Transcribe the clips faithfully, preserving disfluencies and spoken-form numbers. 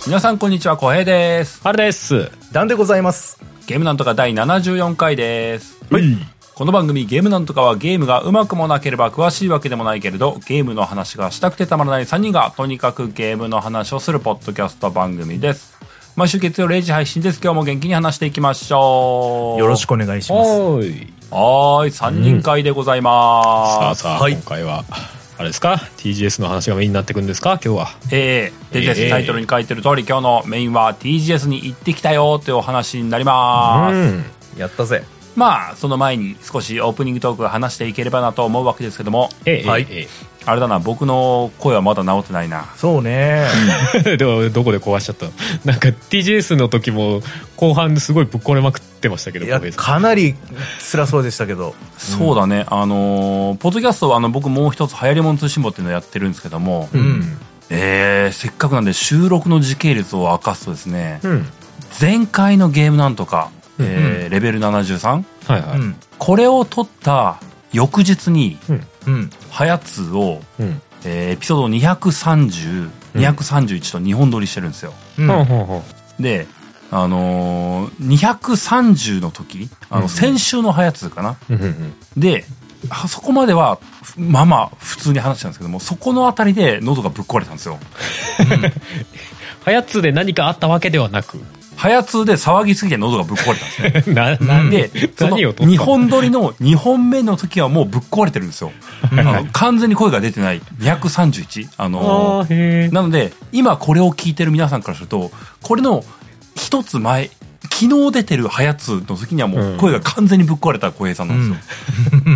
皆さんこんにちは、小平です。 あれです。 ダンでございます。 ゲームなんとかだいななじゅうよんかいです。 はい。 この番組ゲームなんとかはゲームがうまくもなければ詳しいわけでもないけれど、ゲームの話がしたくてたまらないさんにんがとにかくゲームの話をするポッドキャスト番組です。毎週月曜れいじ配信です。今日も元気に話していきましょう。 よろしくお願いします。 おーい。 はーい、さんにん会でございます。 さあさあ、 はい、 今回はあれですか ティージーエス の話がメインになってくるんですか今日は。 えー、でです、タイトルに書いてる通り、今日のメインは ティージーエス に行ってきたよというお話になります。うん、 やったぜ。 まあその前に少しオープニングトーク話していければなと思うわけですけども、 ええ、 はい、ええ、あれだな、僕の声はまだ治ってないな。 そうね。 でもどこで壊しちゃったの？なんか ティージーエス の時も後半すごいぶっ壊れまくってましたけど、 いやかなり辛そうでしたけど、 そうだね、あのー、ポッドキャストはあの僕もう一つ流行りもん通信簿っていうのをやってるんですけども、うん、えー、せっかくなんで収録の時系列を明かすとですね、うん、前回のゲームなんとか、えーうん、レベルななじゅうさん、はいはい、うん、これを撮った翌日に、うんうん、はやつを、うん、えー、エピソードにひゃくさんじゅう、にひゃくさんじゅういちとにほん撮りしてるんですよ、うん、で、あのー、にひゃくさんじゅうの時、あの、うん、先週のはやつかな、うん、であそこまではまあまあ普通に話したんですけども、そこのあたりで喉がぶっ壊れたんですよ、うん、 はやつで何かあったわけではなく、 はやつで騒ぎすぎて喉がぶっ壊れたんですね。な、 なんで、そのにほん撮りのにほんめの時はもうぶっ壊れてるんですよ。あの完全に声が出てない。にひゃくさんじゅういち。あのー、なので、今これを聞いてる皆さんからすると、これの一つ前、昨日出てるはやつの時にはもう声が完全にぶっ壊れた小平さんなんですよ。うん、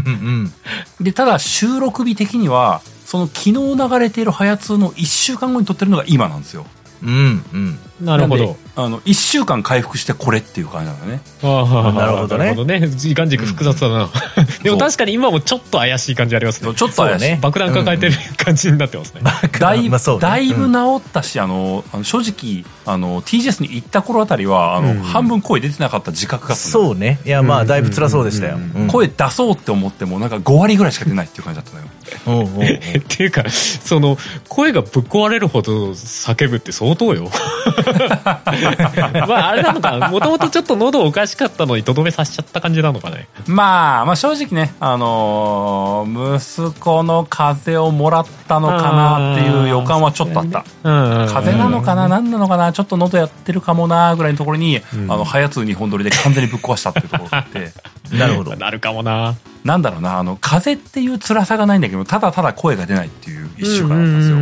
で、ただ収録日的には、その昨日流れているはやつのいっしゅうかんごに撮ってるのが今なんですよ。 うんうん、 なるほど。 あのいっしゅうかん回復してこれっていう感じなんだね。 ああ、なるほどね。なるほどね。時間軸複雑だな、うん、でも確かに今もちょっと怪しい感じありますね。 ちょっと怪しい、ね、 爆弾抱えてる感じになってますね、うん、 だいぶ、まあね、だいぶ治ったし、あのあの正直あの ティージーエス に行った頃あたりはあの、うん、半分声出てなかった自覚があった。 そうね。いやまあだいぶ辛そうでしたよ、 うんうん、声出そうって思ってもなんかごわりぐらいしか出ないっていう感じだったのよ。 おうおうおうっていうか、その声がぶっ壊れるほど叫ぶって相当よ。まああれなのか、もともとちょっと喉おかしかったのにとどめさせちゃった感じなのかね。 まあまあ正直ね、あのー、息子の風邪をもらったのかなっていう予感はちょっとあった。風邪なのかな、何なのかな、ちょっと喉やってるかもなぐらいのところに、うん、あのはやつにほん撮りで完全にぶっ壊したっていうところがあって。 なるほど。なるかもな。 なんだろうな、あの風邪っていう辛さがないんだけど、ただただ声が出ないっていう一週間だったんですよ。うん、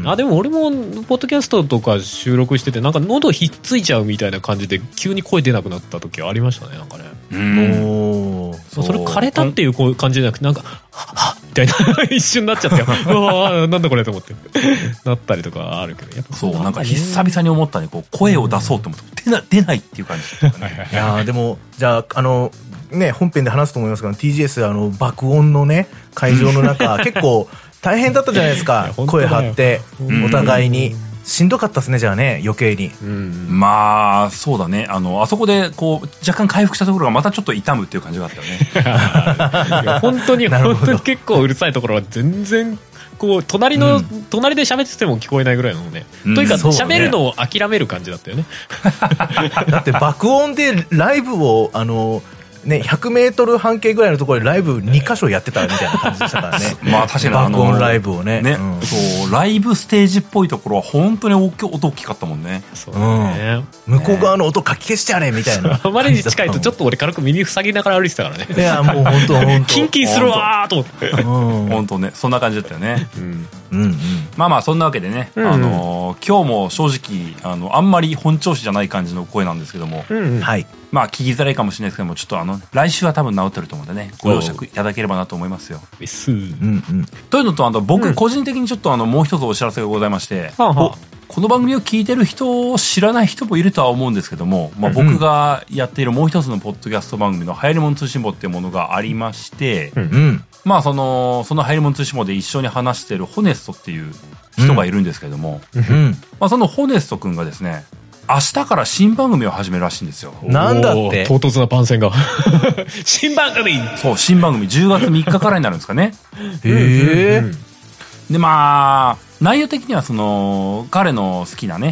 あでも俺もポッドキャストとか収録しててなんか喉ひっついちゃうみたいな感じで急に声出なくなった時ありましたね。なんかね、うんおそ, それ枯れたっていう感じじゃなくて、なんかはっみたいな一瞬になっちゃってうわなんだこれと思ってなったりとかあるけど、やっぱそうなんか久々に思ったね、こう声を出そうと思って出な出ないっていう感じ、ね、 いやでもじゃああのね、本編で話すと思いますが ティージーエス あの爆音のね会場の中結構大変だったじゃないですか。声張ってお互いにしんどかったですね。じゃあね余計に、うん、 まあそうだね、あのあそこでこう若干回復したところがまたちょっと痛むっていう感じがあったよね。 いや本当に本当に結構うるさいところは全然こう 隣の、うん、隣で喋ってても聞こえないぐらいのね、うん、というか喋、ね、るのを諦める感じだったよね。 だって爆音でライブをあのね、ひゃくメートル半径ぐらいのところでライブにかしょやってたみたいな感じでしたからね。 まあ確かに爆音ライブをね、 ね、うん、そうライブステージっぽいところは本当に音大きかったもんね。 そうね、 うん、向こう側の音かき消してやれみたいな。 あまりに近いとちょっと俺軽く耳塞ぎながら歩いてたからね。 いやもう本当本当キンキンするわーと思って。 本当ね、そんな感じだったよね。 うんうんうん、 まあまあそんなわけでね、うんうん、あのー、今日も正直あのあんまり本調子じゃない感じの声なんですけども、うんうん、はいまあ聞きづらいかもしれないですけども、ちょっとあの来週は多分治ってると思うんでね、ご容赦いただければなと思いますよ。 うんうん、というのと、あの僕個人的にちょっとあのもう一つお知らせがございまして、うん、この番組を聞いてる人を知らない人もいるとは思うんですけども、まあ、僕がやっているもう一つのポッドキャスト番組の流行りもん通信簿っていうものがありまして、うんうん、まあそのその流行りもん通信簿で一緒に話しているホネストっていう人がいるんですけれども、うんうんまあ、そのホネスト君がですね、明日から新番組を始めるらしいんですよ。 なんだって？ 唐突な番宣が新番組。 そう新番組じゅうがつみっかからになるんですかね。 へえ。 でまあ内容的にはその彼の好きなね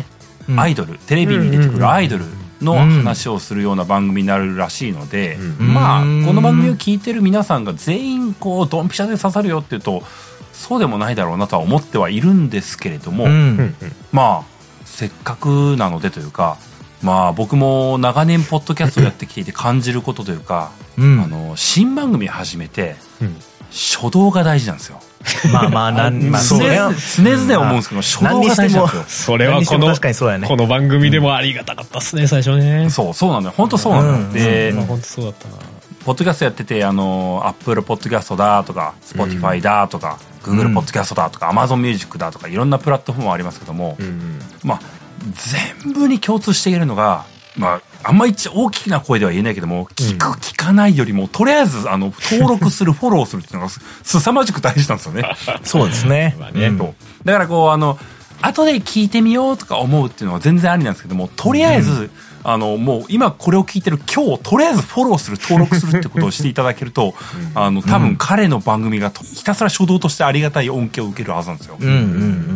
アイドル、テレビに出てくるアイドルの話をするような番組になるらしいので、まあこの番組を聞いてる皆さんが全員こうドンピシャで刺さるよっていうとそうでもないだろうなとは思ってはいるんですけれども、まあせっかくなのでというか、まあ僕も長年ポッドキャストをやってきていて感じることというか、あの新番組始めて初動が大事なんですよ。 まあまあなん、まあ、 常々常々思うんですけど、初動が大事なんですよ。 それはこの確かにそうやね。この番組でもありがたかったっすね、最初ね。 そうそうなんだよ、本当そうなんだよ。で、 本当そうだったな。 ポッドキャストやってて、あのアップルポッドキャストだとか、スポティファイだとか、グーグルポッドキャストだとか、アマゾンミュージックだとか、いろんなプラットフォームありますけども、まあ全部に共通しているのが、まああんまり大きな声では言えないけども、聞く聞かないよりもとりあえずあの登録するフォローするっていうのがすさまじく大事なんですよね。 そうですね。 うん、だからこうあの後で聞いてみようとか思うっていうのは全然ありなんですけども、とりあえず、うん、あのもう今これを聞いてる今日とりあえずフォローする登録するってことをしていただけると、うん、あの多分彼の番組がひたすら初動としてありがたい恩恵を受けるはずなんですよ。うんうんうん、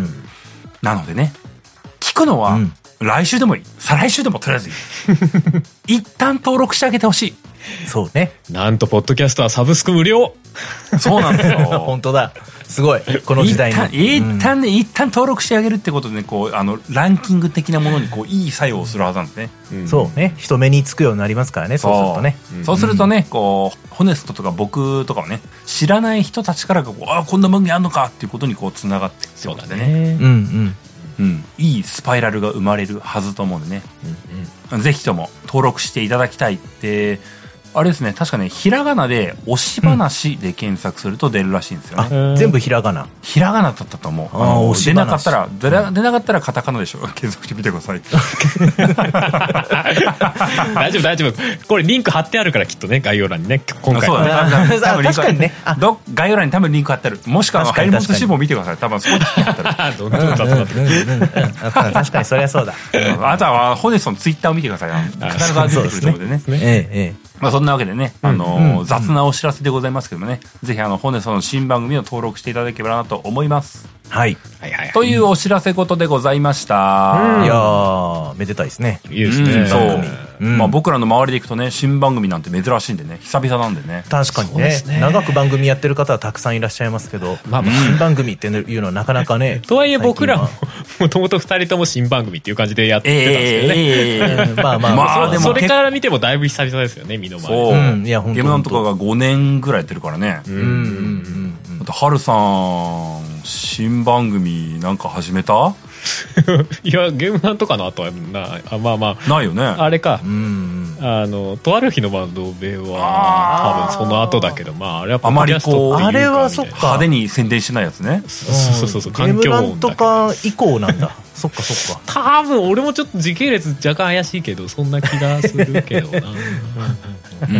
なのでね、聞くのは、うん来週でもいい、再来週でもとりあえずいい一旦登録してあげてほしい。 そうね。 なんとポッドキャストはサブスク無料。 そうなんですよ。 本当だ。すごいこの時代に一旦一旦ね、うん、一旦登録してあげるってことでね、こうあのランキング的なものにこういい作用をするはずなんですね。 うん、そうね。人目につくようになりますからね。そうするとね。 そう、そうするとね、こうホネストとか僕とかをね知らない人たちからこうあこんな番組あんのかっていうことにこうつながっていくってことでね。うんうん。うん、いいスパイラルが生まれるはずと思うんでね、うんうん、ぜひとも登録していただきたいって、あれですね、確かねひらがなで推し話で検索すると出るらしいんですよね、 うん、全部ひらがなひらがなだったと思う。ああ出なかったら出な、出なかったらカタカナでしょ。検索してみてください。 大丈夫大丈夫、これリンク貼ってあるからきっとね、概要欄にね今回。 そうだね、確かにね、 ど概要欄に多分リンク貼ってある。もしくはハイモンスシーも見てください。多分そこに貼ってある。どんどん雑だった。 確かにそりゃそうだ。 あとはホネストのツイッターを見てください。必ず出てくるのでね。ええ、まあそんなわけでね、あの雑なお知らせでございますけどもね、ぜひあのホネストの新番組を登録していただければなと思います。はい。はいはいはい。というお知らせ事でございました。 いやーめでたいですね。 いいですね。そう。まあ僕らの周りでいくとね、新番組なんて珍しいんでね、久々なんでね。 確かにね。長く番組やってる方はたくさんいらっしゃいますけど、まあ新番組っていうのはなかなかね。 とはいえ僕らももともと二人とも新番組っていう感じでやってたんですよね。まあまあまあでもそれから見てもだいぶ久々ですよね、身の回り。 そう。いや本当。ゲームなんとかがごねんぐらいやってるからね。うんうんうん。あとハルさん新番組なんか始めた？ いやゲームなんとかの後はなあまあまあないよね。 あれか、うんあのとある日のバンドベは多分その後だけど、まああれはポッドキャストっていうかあれはそっか派手に宣伝してないやつね。 そうそうそう、環境音だけ。 ゲームなんとか以降なんだ。そっかそっか。 多分俺もちょっと時系列若干怪しいけどそんな気がするけどな。 うんうん。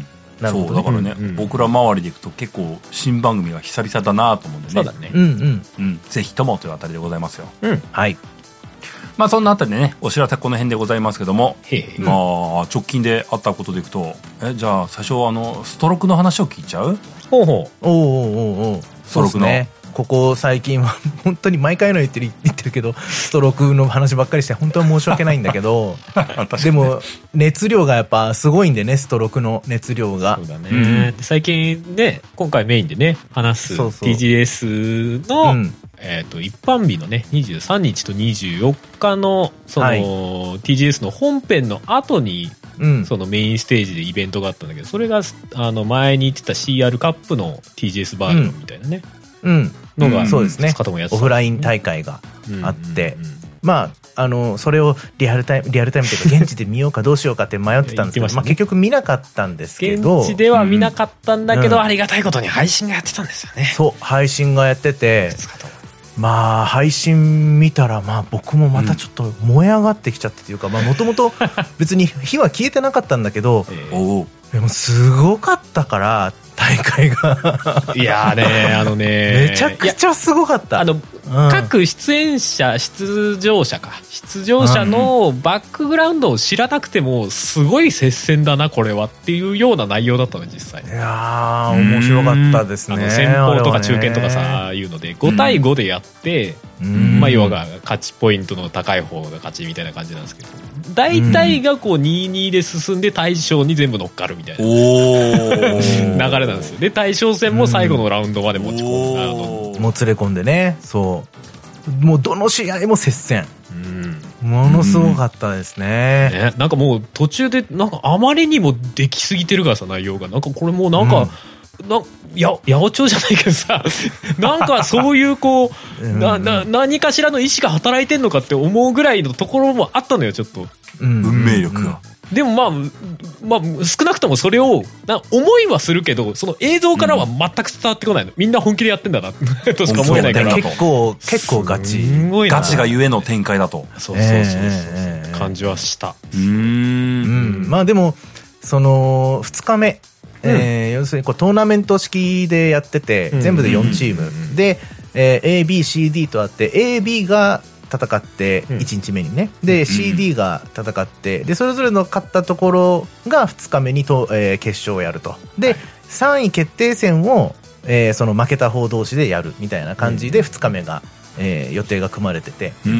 そうだからね、うんうん、僕ら周りでいくと結構新番組が久々だなと思うんでね。 そうだね、 うんうんうん、ぜひともというあたりでございますよ、 うん、はい。 まあそんなあたりでねお知らせこの辺でございますけども、へへまあ直近であったことでいくと、えじゃあ最初あのストロークの話を聞いちゃう？ ほうほう。 おうおうおうおう。ストロークのね。ここ最近は本当に毎回の言ってる言ってるけどストロークの話ばっかりして本当は申し訳ないんだけどでも熱量がやっぱすごいんでね、ストロークの熱量が。 そうだね、うん、最近ね今回メインでね話す ティージーエス の、うん、えー、と一般日のねにじゅうさんにちとにじゅうよっかのその、はい、ティージーエス の本編の後にうん、そのメインステージでイベントがあったんだけど、それがあの前に言ってた シーアール カップの ティージーエス バージョンみたいなね、うんうんのが、うん、そうですね、オフライン大会があって、うんうんうん、まああのそれをリアルタイムリアルタイムというか現地で見ようかどうしようかって迷ってたんですけど、ねまあ、結局見なかったんですけど、 現地では見なかったんだけど、うん、ありがたいことに配信がやってたんですよね。 そう配信がやってて、まあ配信見たらまあ僕もまたちょっと燃え上がってきちゃってというか、もともと別に火は消えてなかったんだけど、えー、でもすごかったから大会がいやーねあのねめちゃくちゃすごかった。 あの、うん、各出演者出場者か出場者のバックグラウンドを知らなくてもすごい接戦だなこれはっていうような内容だったの実際。 いやー面白かったですね。 あの先鋒とか中堅とかさあいうのでご対ごでやって、まあ要は勝ちポイントの高い方が勝ちみたいな感じなんですけど、大体がこう にたいに で進んで大将に全部乗っかるみたいな流れなんですよ。で大将戦も最後のラウンドまで持ち込む、 もつれ込んでね。そうもうどの試合も接戦、うん、ものすごかったですね。 ね、なんかもう途中でなんかあまりにもできすぎてるからさ内容がなんかこれもうなんか、うん、なや八百長じゃないけどさなんかそういうこう、うん、なな何かしらの意志が働いてんのかって思うぐらいのところもあったのよちょっと、 うん、運命力が、 うん、でもまあ、まあ、少なくともそれをな思いはするけどその映像からは全く伝わってこないの、うん、みんな本気でやってんだなとしか思えないから、 結構結構ガチガチがゆえの展開だとそうそうそうそう、えー、感じはした。 うーん、うん、まあでもそのふつかめえー、要するにこうトーナメント式でやってて、うん、全部でよんチーム、うん、で、えー、エービーシーディー とあって エービー が戦っていちにちめにね、うん、で シーディー が戦ってでそれぞれの勝ったところがふつかめにと、えー、決勝をやるとで、はい、さんい決定戦を、えー、その負けた方同士でやるみたいな感じでふつかめが、えー、予定が組まれてて、うん、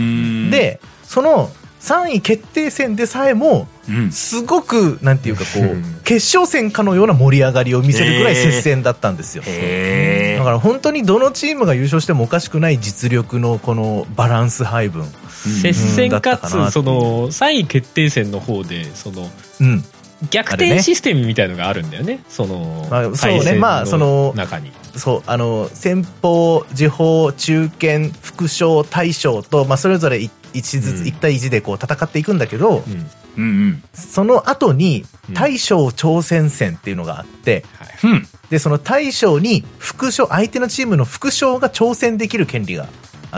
でそのさんい決定戦でさえもすごくなんていうかこう決勝戦かのような盛り上がりを見せるぐらい接戦だったんですよ。だから本当にどのチームが優勝してもおかしくない実力のこのバランス配分、 接戦かつそのさんい決定戦の方でその逆転システムみたいのがあるんだよね。その対戦の中にそうあの先鋒時報中堅副将大将と、まあ、それぞれいちずついち対いちでこう戦っていくんだけど、うんうん、その後に大将挑戦戦っていうのがあって、うん、でその大将に副将相手のチームの副将が挑戦できる権利があって、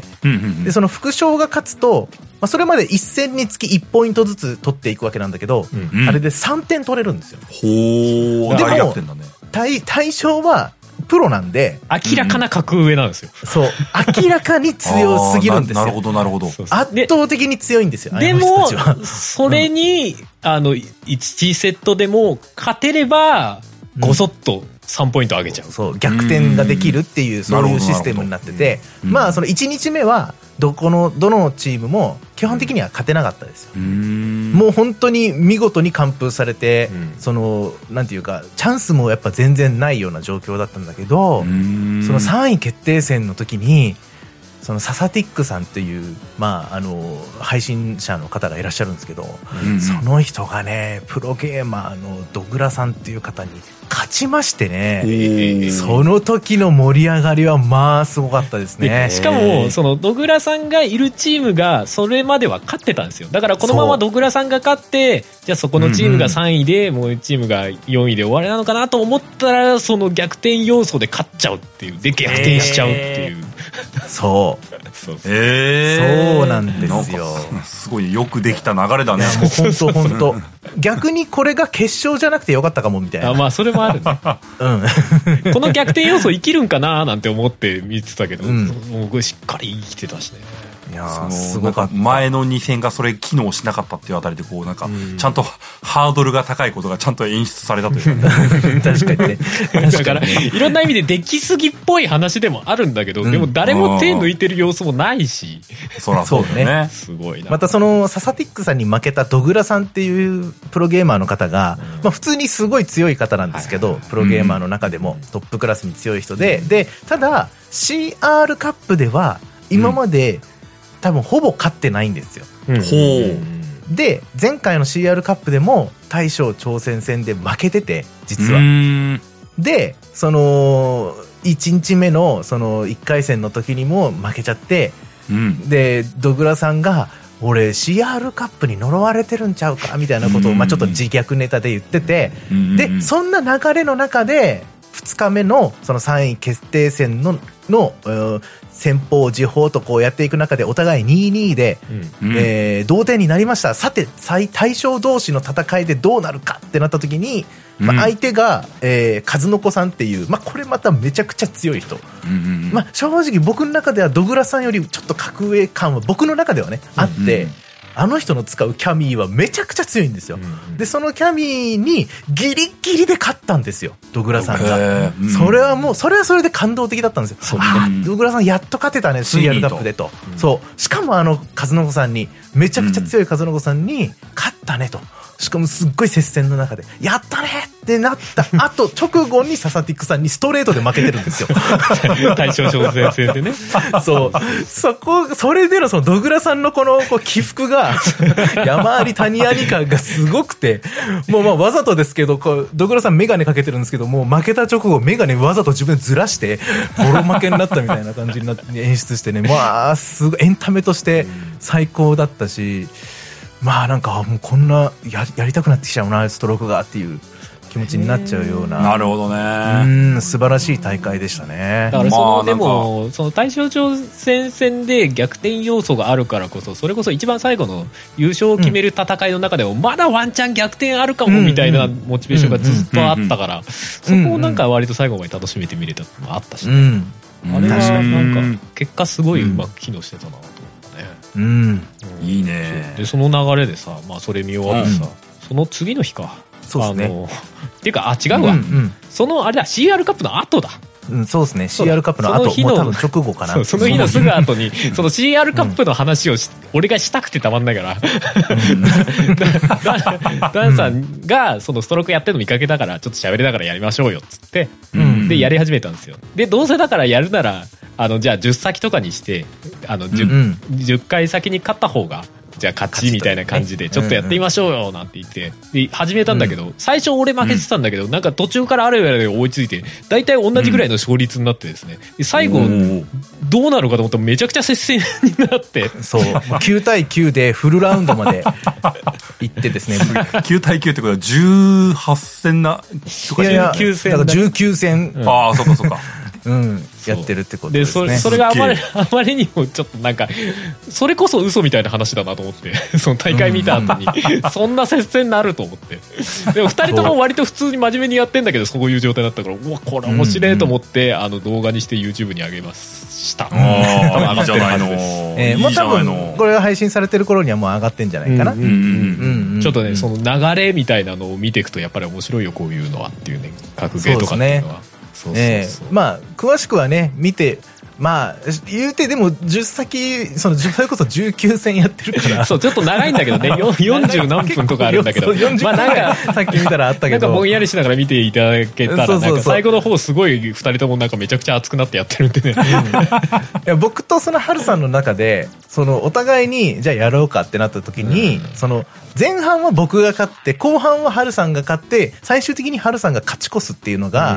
うんうんうん、でその副将が勝つと、まあ、それまでいっ戦につきいちポイントずつ取っていくわけなんだけど、うんうん、あれでさんてん取れるんですよ。 ほーでも大大将はプロなんで明らかな格上なんですよ、 うん、そう明らかに強すぎるんですよ。 なるほどなるほど。 圧倒的に強いんですよ。 でもそれに、うん、あのいちセットでも勝てればごそっとさんポイント上げちゃう、うん、 そう逆転ができるっていうそういうシステムになってて、うん、まあそのいちにちめはどこのどのチームも基本的には勝てなかったですよ。うんもう本当に見事に完封されて、うん、そのなんていうかチャンスもやっぱ全然ないような状況だったんだけど、そのさんい決定戦の時にそのササティックさんという、まあ、あの配信者の方がいらっしゃるんですけど、うん、その人がねプロゲーマーのドグラさんっていう方に勝ちましてね、えー、その時の盛り上がりはまあすごかったですね。 しかもそのドグラさんがいるチームがそれまでは勝ってたんですよ。だからこのままドグラさんが勝ってじゃあそこのチームがさんいで、うんうん、もうチームがよんいで終わりなのかなと思ったらその逆転要素で勝っちゃうっていうで逆転しちゃうっていう、 えー、そうそうえー、そうなんですよ。 すごいよくできた流れだね。 本当本当逆にこれが決勝じゃなくてよかったかもみたいな。 あまあそれもあるね、うん、この逆転要素生きるんかななんて思って見てたけど、うん、もうしっかり生きてたしね。 いやーすごかった。前のに戦がそれ機能しなかったっていうあたりでこうなんかちゃんとハードルが高いことがちゃんと演出されたというか、ね、 確かにねだからいろんな意味でできすぎっぽい話でもあるんだけど、うん、でも誰も手抜いてる様子もないし、 そらそうだね。 すごいな。 またそのササティックさんに負けたドグラさんっていうプロゲーマーの方が、うんまあ、普通にすごい強い方なんですけど、はいはいはい、プロゲーマーの中でもトップクラスに強い人で、うん、でただ シーアール カップでは今まで、うん多分ほぼ勝ってないんですよ、うん、ほうで前回の シーアール カップでも大将挑戦戦で負けてて実はでそのいちにちめのそのいっかい戦の時にも負けちゃって、うん、でドグラさんが俺 シーアール カップに呪われてるんちゃうかみたいなことをまあちょっと自虐ネタで言っててでそんな流れの中でふつかめのそのさんい決定戦のの先鋒時報とこうやっていく中でお互い にたいに で、うんえー、同点になりました。さて対象同士の戦いでどうなるかってなった時に、 まあ、相手が、えー、数の子さんっていう、まあ、これまためちゃくちゃ強い人、うんうんうん、まあ、正直僕の中ではドグラさんよりちょっと格上感は僕の中ではねあって、うんうん、あの人の使うキャミーはめちゃくちゃ強いんですよ、うんうん、でそのキャミーにギリギリで勝ったんですよドグラさんが、うん、それはもうそれはそれで感動的だったんですよ、あードグラさんやっと勝てたね シーアール カップでと、うん、そうしかもあの数の子さんにめちゃくちゃ強い数の子さんに勝ったねと、しかもすっごい接戦の中でやったねってなった後直後にササティックさんにストレートで負けてるんですよ対象挑戦戦でねそうそこそれでのそのドグラさんのこのこう起伏が山あり谷あり感がすごくて、もうまあわざとですけどこうドグラさんメガネかけてるんですけども、負けた直後メガネわざと自分でずらしてボロ負けになったみたいな感じになって演出してね、まあすごいエンタメとして最高だったし、まあなんかもうこんな や, やりたくなってきちゃうなストロークがっていう気持ちになっちゃうような、 なるほどね、 うん素晴らしい大会でしたね。 だからその、まあ、でもその対象挑戦戦で逆転要素があるからこそ、それこそ一番最後の優勝を決める戦いの中でもまだワンチャン逆転あるかもみたいなモチベーションがずっとあったから、そこをなんか割と最後まで楽しめて見れたのもあったし、ね、うん、あれはなんか結果すごいうまく機能してたなと思ったね。 うん、 うん、いいね。 でその流れでさ、まあ、それ見終わってさ、うん、その次の日か、 そうですね、 あのっていうかあ違うわ、うんうん、そのあれだ シーアール カップの後だ、 うん、そうですね シーアール カップの後、もう多分直後かな、 そうその日のすぐ後にその シーアール カップの話をし、うん、俺がしたくてたまんないから、うん、ダ, ダンさんがそのストロークやってるの見かけたからちょっと喋りながらやりましょうよっつって、うん、でやり始めたんですよ。でどうせだからやるならあのじゃあじゅっ先とかにしてあの 10,、うん、じゅっかい先に勝った方がじゃあ勝ちみたいな感じでちょっとやってみましょうよなんて言ってで始めたんだけど、最初俺負けてたんだけど、なんか途中からあれよあれよ追いついて大体同じぐらいの勝率になってですね、で最後どうなるかと思ったらめちゃくちゃ接戦になって、 そうきゅうたいきゅうでフルラウンドまで行ってですねきゅうたいきゅうってことはじゅうはち戦なとかじゅうきゅう戦だからじゅうきゅう戦、 うん、ああそうかそうかうん、やってるってことですね。 で そ, それがあまりあまりにもちょっとなんかそれこそ嘘みたいな話だなと思ってその大会見た後に、うん、そんな接戦になると思って、でもふたりとも割と普通に真面目にやってんだけどそういう状態だったから、うわこれ面白いと思って、うんうん、あの動画にして YouTube に上げました。 ああいいじゃないの、 えー、もう多分これが配信されてる頃にはもう上がってんじゃないかな。 ちょっとねその流れみたいなのを見ていくとやっぱり面白いよこういうのはっていうね、格ゲーとかっていうのは。そうそうそう、えー、まあ詳しくはね見て、まあ言うてでもじゅっ先そのそれこそじゅうきゅう戦やってるからそうちょっと長いんだけどねよんじゅう何分とかあるんだけどまあなんかさっき見たらあったけどなんかぼんやりしながら見ていただけたらなんか最後の方すごいふたりともなんかめちゃくちゃ熱くなってやってるんでね、うん、いや僕とそのハルさんの中でそのお互いにじゃあやろうかってなった時に、うん、その前半は僕が勝って後半はハルさんが勝って最終的にハルさんが勝ち越すっていうのが、うん、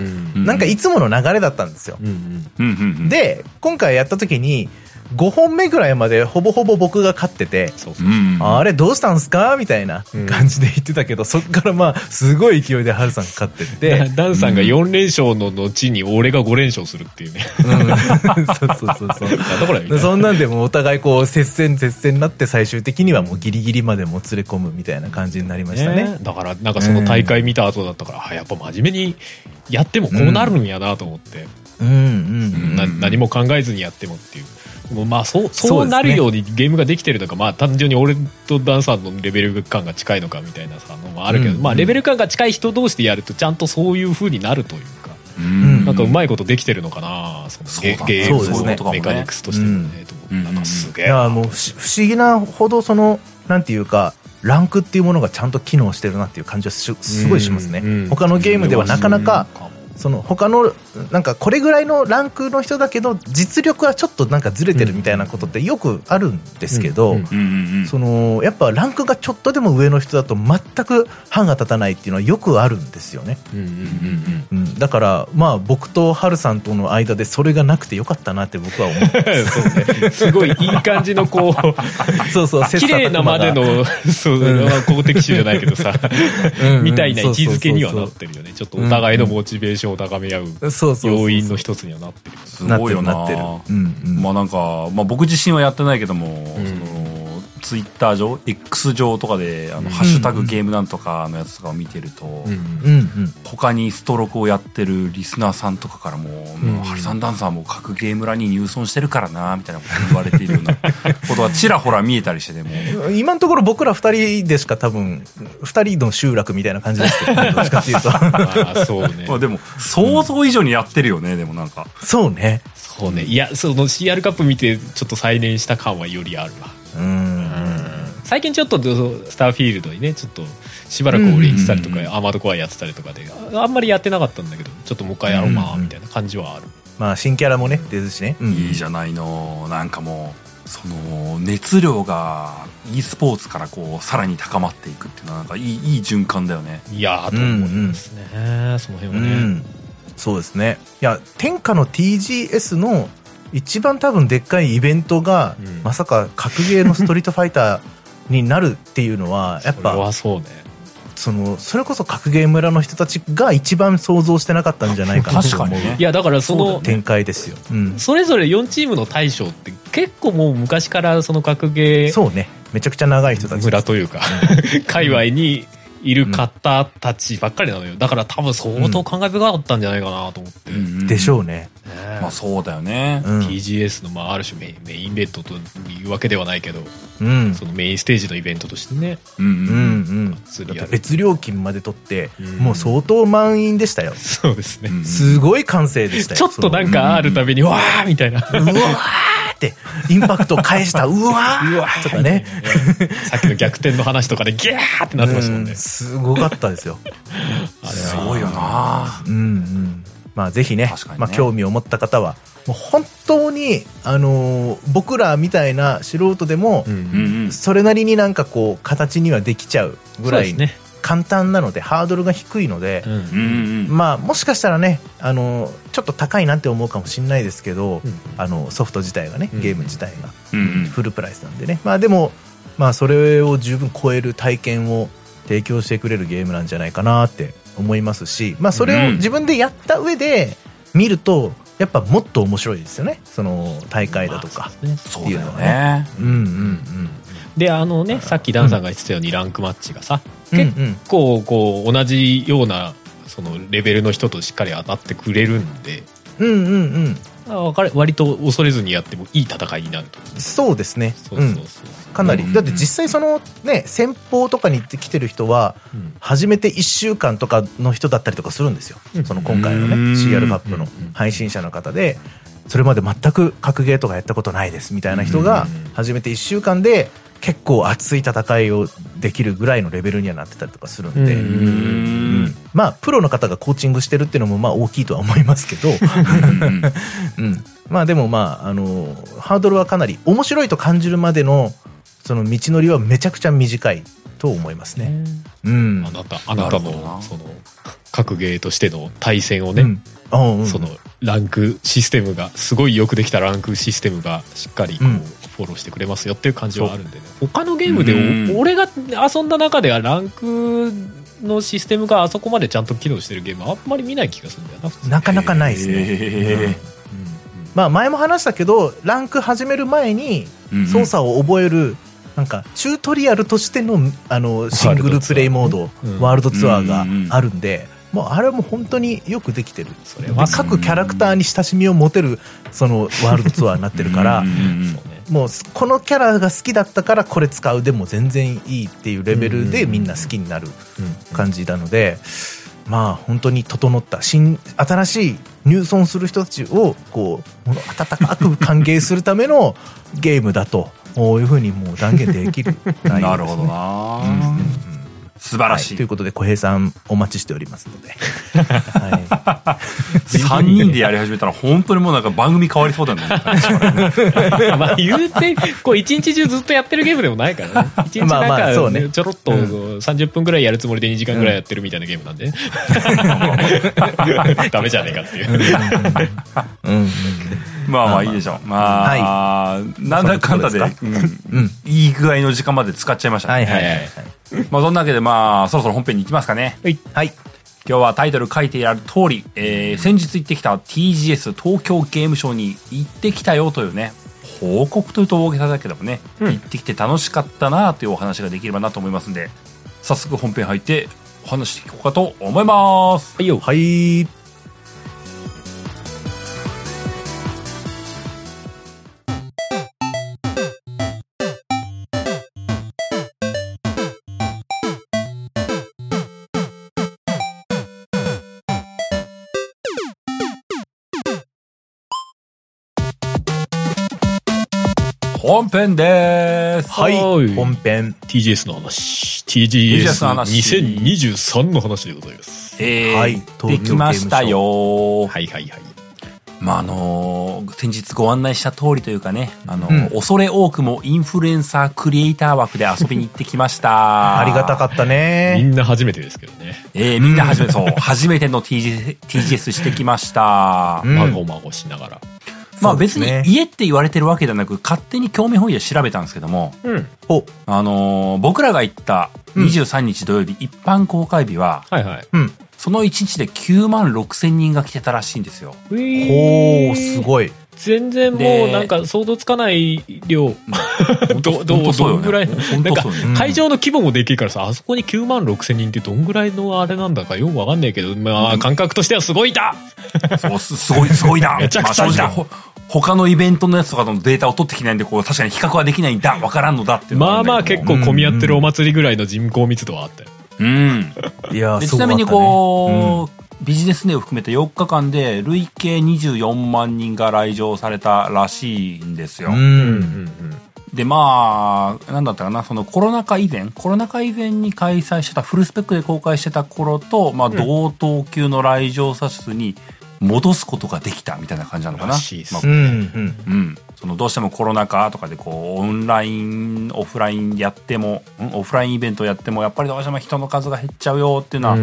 なんかいつもの流れだったんですよ、うんうん、で今回やった時にごほんめぐらいまでほぼほぼ僕が勝ってて、そうそうそう、あれどうしたんすかみたいな感じで言ってたけど、うん、そっからまあすごい勢いでハルさん勝っててダンさんがよん連勝の後に俺がご連勝するっていうね、うん、 そうそうそうそうそんなんでもお互いこう接戦接戦になって最終的にはもうギリギリまでもつれ込むみたいな感じになりましたね、 ねだからなんかその大会見た後だったから、うん、やっぱ真面目にやってもこうなるんやなと思って、うんうんうん、な何も考えずにやってもっていうまあそう、そうなるようにゲームができてるのか、まあ単純に俺とダンさんのレベル感が近いのかみたいなさのもあるけど、うんうん、まあレベル感が近い人同士でやるとちゃんとそういう風になるというか、うん、なんかうまいことできてるのかな、そのゲ, ゲームの、ね、メカニクスとしてもね、うん、なんかすげえな。いやもう不思議なほどそのなんていうかランクっていうものがちゃんと機能してるなっていう感じはすごいしますね、うんうん、他のゲームではなかなかその他のなんかこれぐらいのランクの人だけど実力はちょっとなんかずれてるみたいなことってよくあるんですけど、そのやっぱランクがちょっとでも上の人だと全く歯が立たないっていうのはよくあるんですよね。だからまあ僕とハルさんとの間でそれがなくてよかったなって僕は思ってそう、ね、すごいいい感じのこうそうそう綺麗なまでのそう、うん、公的種じゃないけどさみたいな位置づけにはなってるよね。ちょっとお互いのモチベーションを高め合う要因の一つにはなってる。 すごいよな。なってる、うんうん、まあなんか、まあ、僕自身はやってないけども、うん、そのツイッター上 X 上とかであの、うんうん、ハッシュタグゲームなんとかのやつとかを見てると、うんうん、他にストロークをやってるリスナーさんとかからも、うんうん、もうハリさんダンサーも各ゲーム欄に入村してるからなみたいなこと言われているようなことがちらほら見えたりして、でも今のところ僕らふたりでしか多分ふたりの集落みたいな感じですけど、ね、どっちかっていうとあそうねでも想像以上にやってるよね、うん、でもなんかそうねそうね、いやその シーアール カップ見てちょっと再燃した感はよりあるわ。うん、最近ちょっとスターフィールドにねちょっとしばらく俺行ってたりとか、アーマードコアやってたりとかであんまりやってなかったんだけど、ちょっともう一回やろうなみたいな感じはある。 まあ新キャラもね出るしね、 うん、いいじゃないの。なんかもうその熱量が e スポーツからこうさらに高まっていくっていうのはなんかいい、いい循環だよね。 いやーと思いますね、うんうん、その辺はね、うん、 そうですね。いや天下の ティージーエス の一番多分でっかいイベントが、うん、まさか格ゲーのストリートファイターになるっていうのはやっぱそれはそうね、 そのそれこそ格ゲー村の人たちが一番想像してなかったんじゃないかなと思う。 いやだからその展開ですよ、うん、 それぞれよんチームの大将って結構もう昔からその格ゲーそうねめちゃくちゃ長い人たち村というか界隈にいる方たちばっかりなのよ。だから多分相当感慨深かったんじゃないかなと思って、うん、 でしょうね。 まあそうだよね、 うん、ティージーエス のまあある種メイン、メインイベントというわけではないけど、うん、そのメインステージのイベントとしてね、うんうんうん、 だって別料金まで取って、うん、もう相当満員でしたよ。 そうですね、 すごい歓声でしたよ。 ちょっとなんかあるたびに、うん、わーみたいなうわーってインパクトを返したうわーうわーとかねさっきの逆転の話とかでギャーってなってましたもんね、うん、 すごかったですよあれすごいよな。 うんうん、まあぜひ ね, ねまあ、興味を持った方はもう本当に、あのー、僕らみたいな素人でも、うんうん、それなりになんかこう形にはできちゃうぐらい簡単なので、ハードルが低いので、うんうんうん、まあもしかしたらね、あのー、ちょっと高いなって思うかもしれないですけど、うん、あのソフト自体がね、ゲーム自体が、うんうん、フルプライスなんでね、まあでも、まあ、それを十分超える体験を提供してくれるゲームなんじゃないかなって思いますし、まあ、それを自分でやった上で見るとやっぱもっと面白いですよね、その大会だとかっていうのはね。うんうんうん。 であのね、さっきダンさんが言ってたようにランクマッチがさ、うん、結構こう同じようなそのレベルの人としっかり当たってくれるんで、うんうんうん割と恐れずにやってもいい戦いになると。 そうですね。そうそうそう、うん、かなり、うんうん、だって実際そのね先方とかに行ってきてる人は、うん、初めていっしゅうかんとかの人だったりとかするんですよ、うん、その今回のね シーアール カップの配信者の方で、それまで全く格ゲーとかやったことないですみたいな人が初めていっしゅうかんで結構熱い戦いをできるぐらいのレベルにはなってたりとかするんで、うん、まあプロの方がコーチングしてるっていうのもまあ大きいとは思いますけど、うん、まあでもまああのハードルはかなり面白いと感じるまでのその道のりはめちゃくちゃ短いと思いますね。うん、 あなたあなたのその格ゲーとしての対戦をね、うんうんうん、そのランクシステムがすごいよくできたランクシステムがしっかりこう、うんフォローしてくれますよっていう感じはあるんでね。他のゲームで俺が遊んだ中ではランクのシステムがあそこまでちゃんと機能してるゲームはあんまり見ない気がするんだよな。 なかなかないですね、うんうん、まあ前も話したけどランク始める前に操作を覚えるなんかチュートリアルとしての、あのシングルプレイモードワールドツアーがあるんで、もうあれはもう本当によくできてる。それは各キャラクターに親しみを持てるそのワールドツアーになってるからもうこのキャラが好きだったからこれ使うでも全然いいっていうレベルでみんな好きになる感じなので、まあ本当に整った新新しい入村する人たちをこう温かく歓迎するためのゲームだとこういうふうにもう断言できるなるほどな、うんうん、素晴らしい、 はい、ということで小平さんお待ちしておりますので、 はい、さんにんでやり始めたら本当にもうなんか番組変わりそうだねまあ言うてこう一日中ずっとやってるゲームでもないからね。一日なんか、まあまあそうね、ちょろっとさんじゅっぷんぐらいやるつもりでにじかんぐらいやってるみたいなゲームなんで、うん、ダメじゃねえかっていううんうんまあまあいいでしょう。まあ、はい、なんだかんだで、うんうん、いい具合の時間まで使っちゃいましたね。はいはいはい。まあそんなわけでまあそろそろ本編に行きますかね。はい。はい。今日はタイトル書いてある通り、えー、先日行ってきた ティージーエス 東京ゲームショウに行ってきたよというね、 報告というと大げさだけどもね、 うん、 行ってきて楽しかったなというお話ができればなと思いますんで、早速本編入ってお話していこうかと思います。 はいよ。 はい。 本編です。 はい。本編ティージェーエス の話。ティージェーエスにせんにじゅうさん の話でございます。 えー、はい。できましたよ。 はいはいはい。 まああのー、先日ご案内した通りというかね、あのーうん、恐れ多くもインフルエンサークリエイター枠で遊びに行ってきました。 ありがたかったね。 みんな初めてですけどね。 えー、みんな初めて、そう、初めての ティージェーエス してきました。 まごまごしながら。 まあ別に家って言われてるわけではなく、勝手に興味本位で調べたんですけども、うん、あのー、僕らが行ったにじゅうさんにち土曜日、うん、一般公開日は、はいはい、うん、そのいちにちできゅうまんろくせんにんが来てたらしいんですよ。 ほー、すごい。 全然もうなんか想像つかない量。ど、ど、どんぐらい、なんか会場の規模もできるからさ、あそこにきゅうまんろくせんにんってどんぐらいのあれなんだかよくわかんないけど、まあ感覚としてはすごいだ。 そう、すごい、すごいだ。 めちゃくちゃだ。 他のイベントのやつとかのデータを取ってきないんで、こう確かに比較はできないんだ、わからんのだっていうのは。 まあまあ結構混み合ってるお祭りぐらいの人口密度はあったよ。 うん。いや、ちなみにこう、ビジネスデーを含めてよっかかんで累計にじゅうよんまんにんが来場されたらしいんですよ。うんうんうん、でまあなんだったかな、そのコロナ禍以前コロナ禍以前に開催してたフルスペックで公開してた頃と、まあ、同等級の来場者数に戻すことができたみたいな感じなのかな。らしいです。まあ、うんうんうん、そのどうしてもコロナ禍とかでこうオンラインオフラインやってもオフラインイベントやってもやっぱりどうしても人の数が減っちゃうよっていうのは、うん、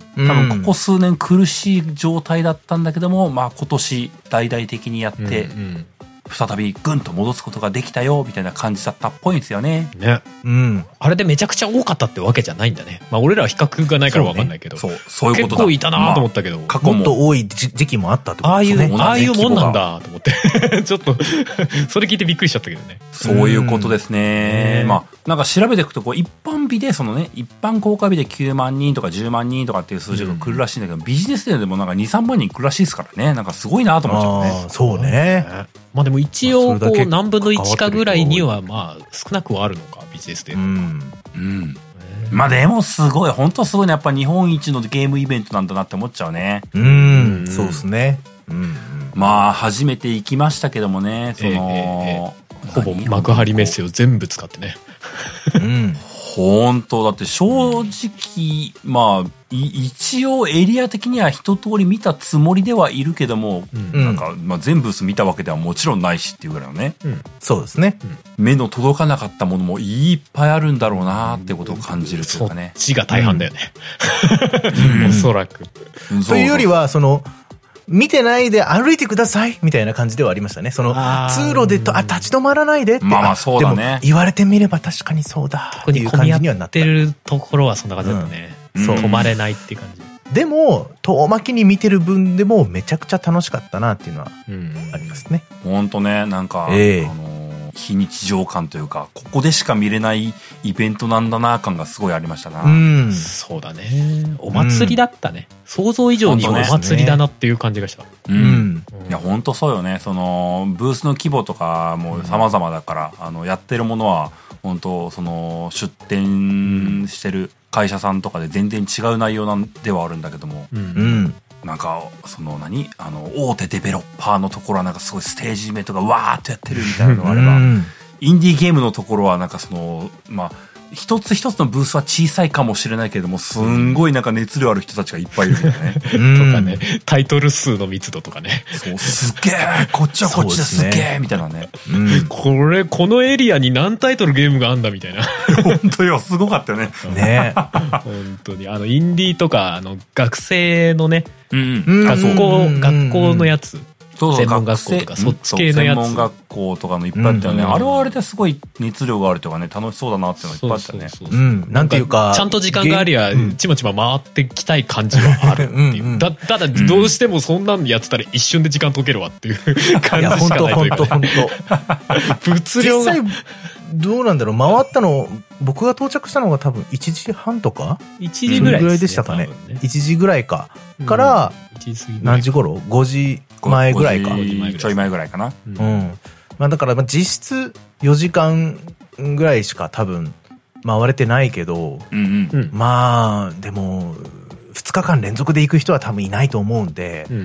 多分ここ数年苦しい状態だったんだけども、まあ、今年大々的にやって、うんうん再びぐんと戻すことができたよみたいな感じだったっぽいんですよね。 ね。うん。あれでめちゃくちゃ多かったってわけじゃないんだね。まあ俺らは比較がないからわかんないけど。そう、ね、そう、そういうことだ。結構いたなと思ったけど。まあ、 過去ももっと多い時期もあったってことですね。 ああいう、ああいうもんなんだと思って。ちょっと、それ聞いてびっくりしちゃったけどね。 そういうことですね。まあ、なんか調べていくとこう一般日でそのね、一般公開日できゅうまんにんとかじゅうまんにんとかっていう数字が来るらしいんだけど、うん、ビジネスデーでもなんかに、さんまんにん来るらしいですからね。なんかすごいなと思っちゃうね。 あそうね。 まあでも一応こう何分のいちかぐらいにはまあ少なくはあるのかビジネスで。うん。 うん。まあでもすごい本当すごいね、やっぱ日本一のゲームイベントなんだなって思っちゃうね。 うん。そうですね。うん。 まあ初めて行きましたけどもね、その、えーえー、ほぼ幕張メッセを全部使ってね。 うん。本当だって正直まあ一応エリア的には一通り見たつもりではいるけども、うん、なんか、まあ、全ブース見たわけではもちろんないしっていうぐらいのね、 うん、そうですね、 うん、目の届かなかったものもいっぱいあるんだろうなってことを感じるというかね、 そっちが大半だよね、うん、おそらくというよりはその見てないで歩いてくださいみたいな感じではありましたね。その通路でとあ立ち止まらないでって、 まあまあそうだね、 でも言われてみれば確かにそうだっていう感じにはなった。 特に混み合ってるところはそんな感じだったね、うん、そう止まれないっていう感じでも遠巻きに見てる分でもめちゃくちゃ楽しかったなっていうのはありますね。 ほんとね、なんか、えー、あの非日常感というかここでしか見れないイベントなんだな感がすごいありましたな。 うん、そうだね、お祭りだったね、うん、想像以上にお祭りだなっていう感じがした。 うん、うん、いや本当そうよね。そのブースの規模とかも様々だから、うん、あのやってるものは本当その出展してる会社さんとかで全然違う内容なんではあるんだけども、うんうんなんかその何あの大手デベロッパーのところはなんかすごいステージイベントがわーっとやってるみたいなのがあれば、うん、インディーゲームのところはなんかそのまあ一つ一つのブースは小さいかもしれないけれどもすんごいなんか熱量ある人たちがいっぱいいるんだよね、 うん、とかねタイトル数の密度とかねそうすっげえこっちはこっちですっげえみたいなね、 うん、これこのエリアに何タイトルゲームがあんだみたいな本当よすごかったよねね本当にあのインディーとかあの学生のね、 うんうん、 学校学校のやつそうそう、 専門学校とかそっち系のやつ、 専門学校とかのいっぱいあったよね、うん、あれはあれですごい熱量があるとかね、楽しそうだなっていうのがいっぱいあったよね。 そうそうそうそう、うん、なんていうかちゃんと時間がありゃ、うん、ちまちま回ってきたい感じはあるっていううん、だただどうしてもそんなんやってたら一瞬で時間解けるわっていう感じしかないというか、ね、いや本当本当物量がどうなんだろう、回ったの僕が到着したのが多分いちじはんとかいちじぐらい、 ね、ぐらいでしたかね、ねいちじぐらいか、うん、から何時頃ごじまえぐらいか、 ちょい前ぐらいかな、 うん、うん、まあ、だから実質よじかんぐらいしか多分回れてないけど、うんうん、まあでもふつかかん連続で行く人は多分いないと思うんで、うんうん、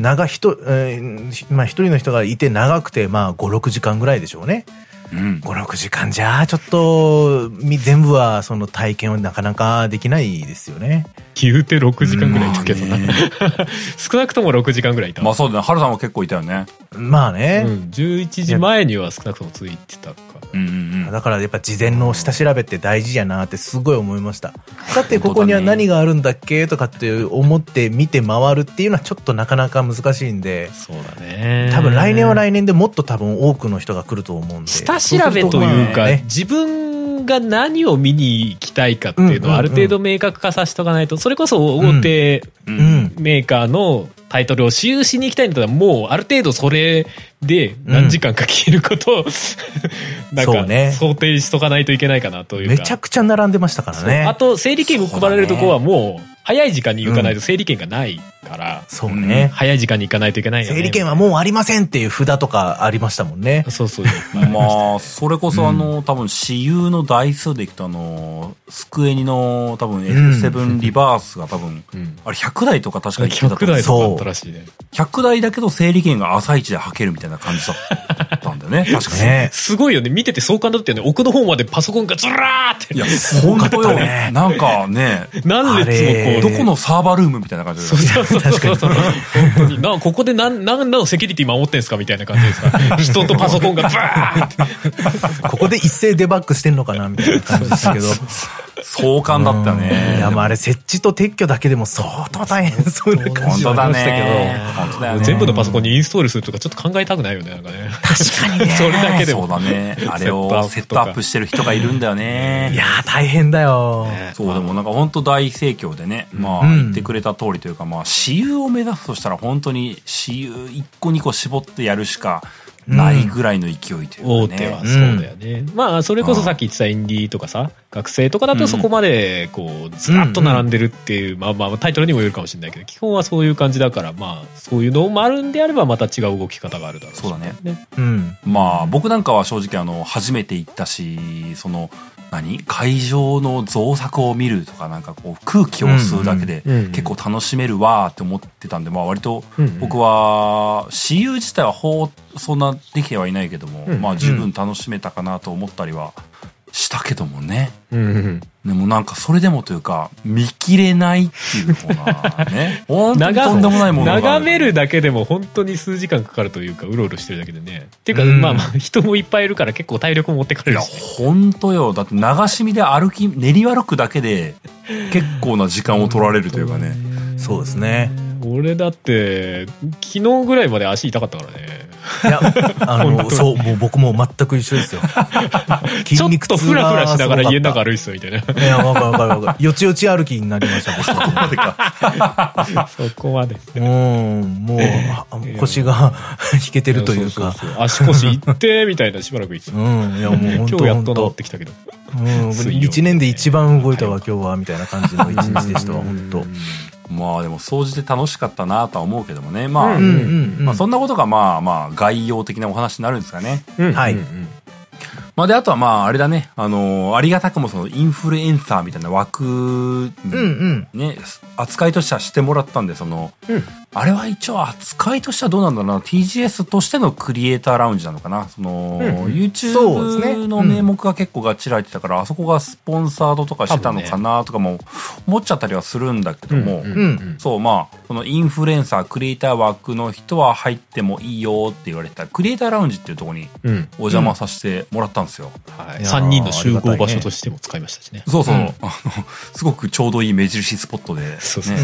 長ひと、えー、まあ一人の人がいて長くてまあごろくじかんぐらいでしょうね。うん、ごろくじかんじゃあちょっと全部はその体験はなかなかできないですよね。 言うてろくじかんぐらいいたけどな、うんまあね、少なくともろくじかんぐらいいた。 まあそうだね、春さんは結構いたよね。 まあね、 うん、じゅういちじまえには少なくともついてたか、 うんうんうん、だからやっぱ事前の下調べって大事やなってすごい思いました。さてここには何があるんだっけとかって思って見て回るっていうのはちょっとなかなか難しいんで、 そうだね、 多分来年は来年でもっと多分多くの人が来ると思うんで、 下調べというか、ね、自分が何を見に行きたいかっていうのをある程度明確化させておかないと、それこそ大手メーカーのタイトルを私有しに行きたいんだったらもうある程度それで何時間か消えることを、うん、なんか想定しとかないといけないかなというか。 めちゃくちゃ並んでましたからね。 あと整理券を配られるとこはもう早い時間に行かないと整理券がないから、 そうね、 早い時間に行かないといけないよね。 整理券はもうありませんっていう札とかありましたもんね。 そうそうまあそれこそあの、うん、多分私有の台数でいくとあのスクエニの多分 エフセブン リバースが多分、うん、あれひゃくだいとか確かにひゃくだいとかあったらしいね。 ひゃくだいだけど整理券が朝一で履けるみたいな感じだったんだよね。確かに、ね、 すごいよね。見てて壮観だったよね。奥の方までパソコンがずらーって。 いや本当よ、ね、なんかね何列もこうどこのサーバールームみたいな感じで、 そうそうそうそうそう本当になここで何何のセキュリティ守ってんすかみたいな感じですか。人とパソコンがバーってここで一斉デバッグしてんのかなみたいな感じですけど壮観だったね。 いやまああれ設置と撤去だけでも相当大変そうな感じがありましたけど、 本当だね、全部のパソコンにインストールするとかちょっと考えたくないよね、なんかね。 確かにねそれだけでもそうだね、あれをセットアップしてる人がいるんだよね。 いや大変だよ、 ね、そうでもなんか本当大盛況でね、まあ言ってくれた通りというか、まあ私有を目指すとしたら本当に私有いっこにこ絞ってやるしかないぐらいの勢いというかね、 大手はそうだよね、うん、まあそれこそさっき言ってたインディーとかさ学生とかだとそこまでこうずらっと並んでるっていう、まあまあタイトルにもよるかもしれないけど基本はそういう感じだから、まあそういうのもあるんであればまた違う動き方があるだろうし、 そうだね、うん、まあ僕なんかは正直あの初めて行ったし、その何会場の造作を見るとかなんかこう空気を吸うだけで結構楽しめるわーって思ってたんで、まあ割と僕は私有自体はほうそんなできてはいないけども、まあ十分楽しめたかなと思ったりはしたけどもね、でもなんかそれでもというか見切れないっていう方がね本当にとんでもないものがある。 眺めるだけでも本当に数時間かかるというかうろうろしてるだけでね、っていうか、うん、まあまあ人もいっぱいいるから結構体力も持ってかれるし、 いや本当よ、だって流し見で歩き練り歩くだけで結構な時間を取られるというかねそうですね。 俺だって昨日ぐらいまで足痛かったからね。 いやあのそうもう僕も全く一緒ですよ筋肉痛がちょっとフラフラしながら家の中歩いてたみたいな。 いやわかるわかるわかる。よちよち歩きになりましたそこまでかそこまでうんもう腰が引けてるというか、 そうそうそう、足腰いってみたいなしばらく言ってた、うん、いやもう本当今日やっと治ってきたけど、 うんいちねんで一番動いたわ今日はみたいな感じの一日でしたわ本当。 まあでも総じて楽しかったなとは思うけどもね、まあ、うんうんうん、まあそんなことがまあまあ概要的なお話になるんですかね、うん、はい、まあであとはまああれだね、あのー、ありがたくもそのインフルエンサーみたいな枠にね、うんうん、扱いとしてはしてもらったんで、その、うん、あれは一応扱いとしてはどうなんだろうな、 ティージーエス としてのクリエイターラウンジなのかな、その、うん、YouTube の名目が結構がっちり入ってたから、うん、あそこがスポンサードとかしてたのかなとかも思っちゃったりはするんだけども、うんうん、そうまあこのインフルエンサークリエイター枠の人は入ってもいいよって言われてたクリエイターラウンジっていうところにお邪魔させてもらったんですよ、 うんはい、さんにんの集合場所としても使いましたしね。 そうそう、うん、あのすごくちょうどいい目印スポットで、ね、そうそう、うん、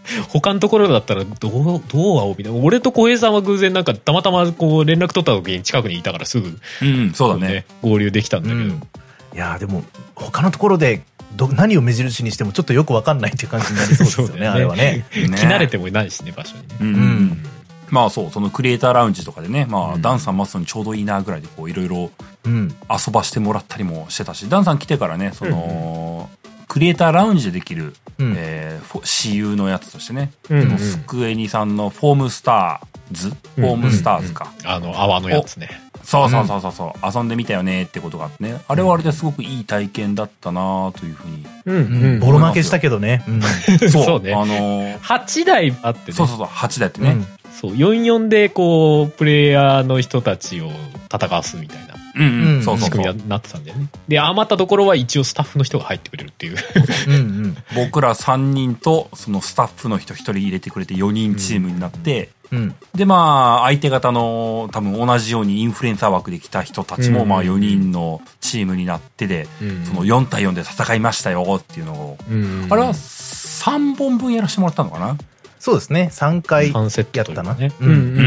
他のところだったらどう、どう会おうみたいな。俺と小平さんは偶然なんかたまたまこう連絡取った時に近くにいたからすぐ、 うん、そうだね。 合流できたんだけど。うん、 いやでも、他のところでど何を目印にしてもちょっとよくわかんないっていう感じになりそうですよね、ねあれはね。 着慣れてもいないしね、場所にね。 うん。うん、まあそう、そのクリエイターラウンジとかでね、まあ、うん、ダンさん待つのにちょうどいいなぐらいでこういろいろ遊ばしてもらったりもしてたし、ダンさん来てからね、その、うんうん、クリエイターラウンジでできる、うん、えー、私有のやつとしてね、うんうん、スクエニさんのフォームスターズ、フォームスターズか。 うんうんうん、あの、泡のやつね。 そうそうそうそう、うん、遊んでみたよねってことがあってね、あれはあれですごくいい体験だったなというふうに、 うんうん、ボロ負けしたけどね、うん、 そうそうね、あのー、はちだいあってね、 そうそうそう、はちだいってね、うん、 そうよんよんでこうプレイヤーの人たちを戦わすみたいな、うんうん、そうそうそう仕組みになってたんだよね。で余ったところは一応スタッフの人が入ってくれるっていううん、うん、 僕らさんにんとそのスタッフの人ひとり入れてくれてよにんチームになって、うん、でまあ相手方の多分同じようにインフルエンサー枠で来た人たちもまあよにんのチームになってで、うん、そのよんたいよんで戦いましたよっていうのを、うん、あれはさんぼんぶんやらせてもらったのかな。 そうですね、さんかいやったな、ね、うんうんうんうん、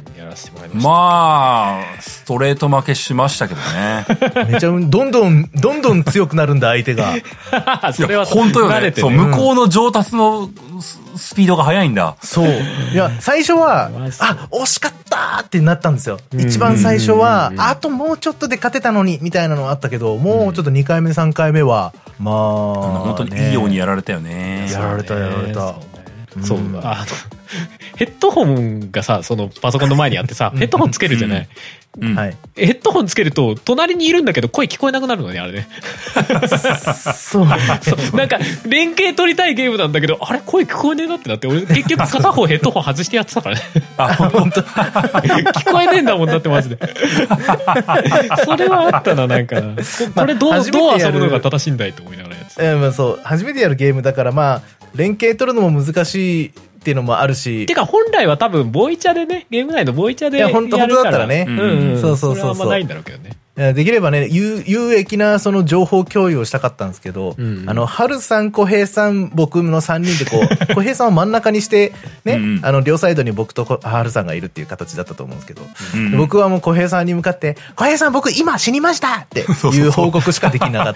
やらせてもらいました。 まあストレート負けしましたけどねめちゃどんどんどんどん強くなるんだ相手がそれは本当よね、そう向こうの上達のスピードが速いんだ。 そういや最初はあ惜しかったってなったんですよ。一番最初はあともうちょっとで勝てたのにみたいなのはあったけど、もうちょっとにかいめさんかいめはまあ本当にいいようにやられたよね。 やられたやられた。 そう、うん、あのヘッドホンがさそのパソコンの前にあってさヘッドホンつけるじゃない、うんうん、ヘッドホンつけると隣にいるんだけど声聞こえなくなるのねあれねそうそうなんか連携取りたいゲームなんだけどあれ声聞こえねえなってなって俺結局片方ヘッドホン外してやってたからねあ本当聞こえねえんだもんだってマジでそれはあったな。なんかなこれどう、まあ、どう遊ぶのが正しいんだいと思いながらやつ、 えーまあ、そう初めてやるゲームだからまあ連携取るのも難しいっていうのもあるし、 てか本来は多分ボイチャでねゲーム内のボイチャでやるから、いや本当だったらね、うんうん、そうそうそうそう、それはあんまないんだろうけどね。 できればね、有、有益なその情報共有をしたかったんですけど、うんうん、あの、春さん、小平さん、僕のさんにんでこう、小平さんを真ん中にして、ね、うんうん、あの、両サイドに僕と春さんがいるっていう形だったと思うんですけど、うんうん、僕はもう小平さんに向かって、小平さん僕今死にましたっていう報告しかできなかった。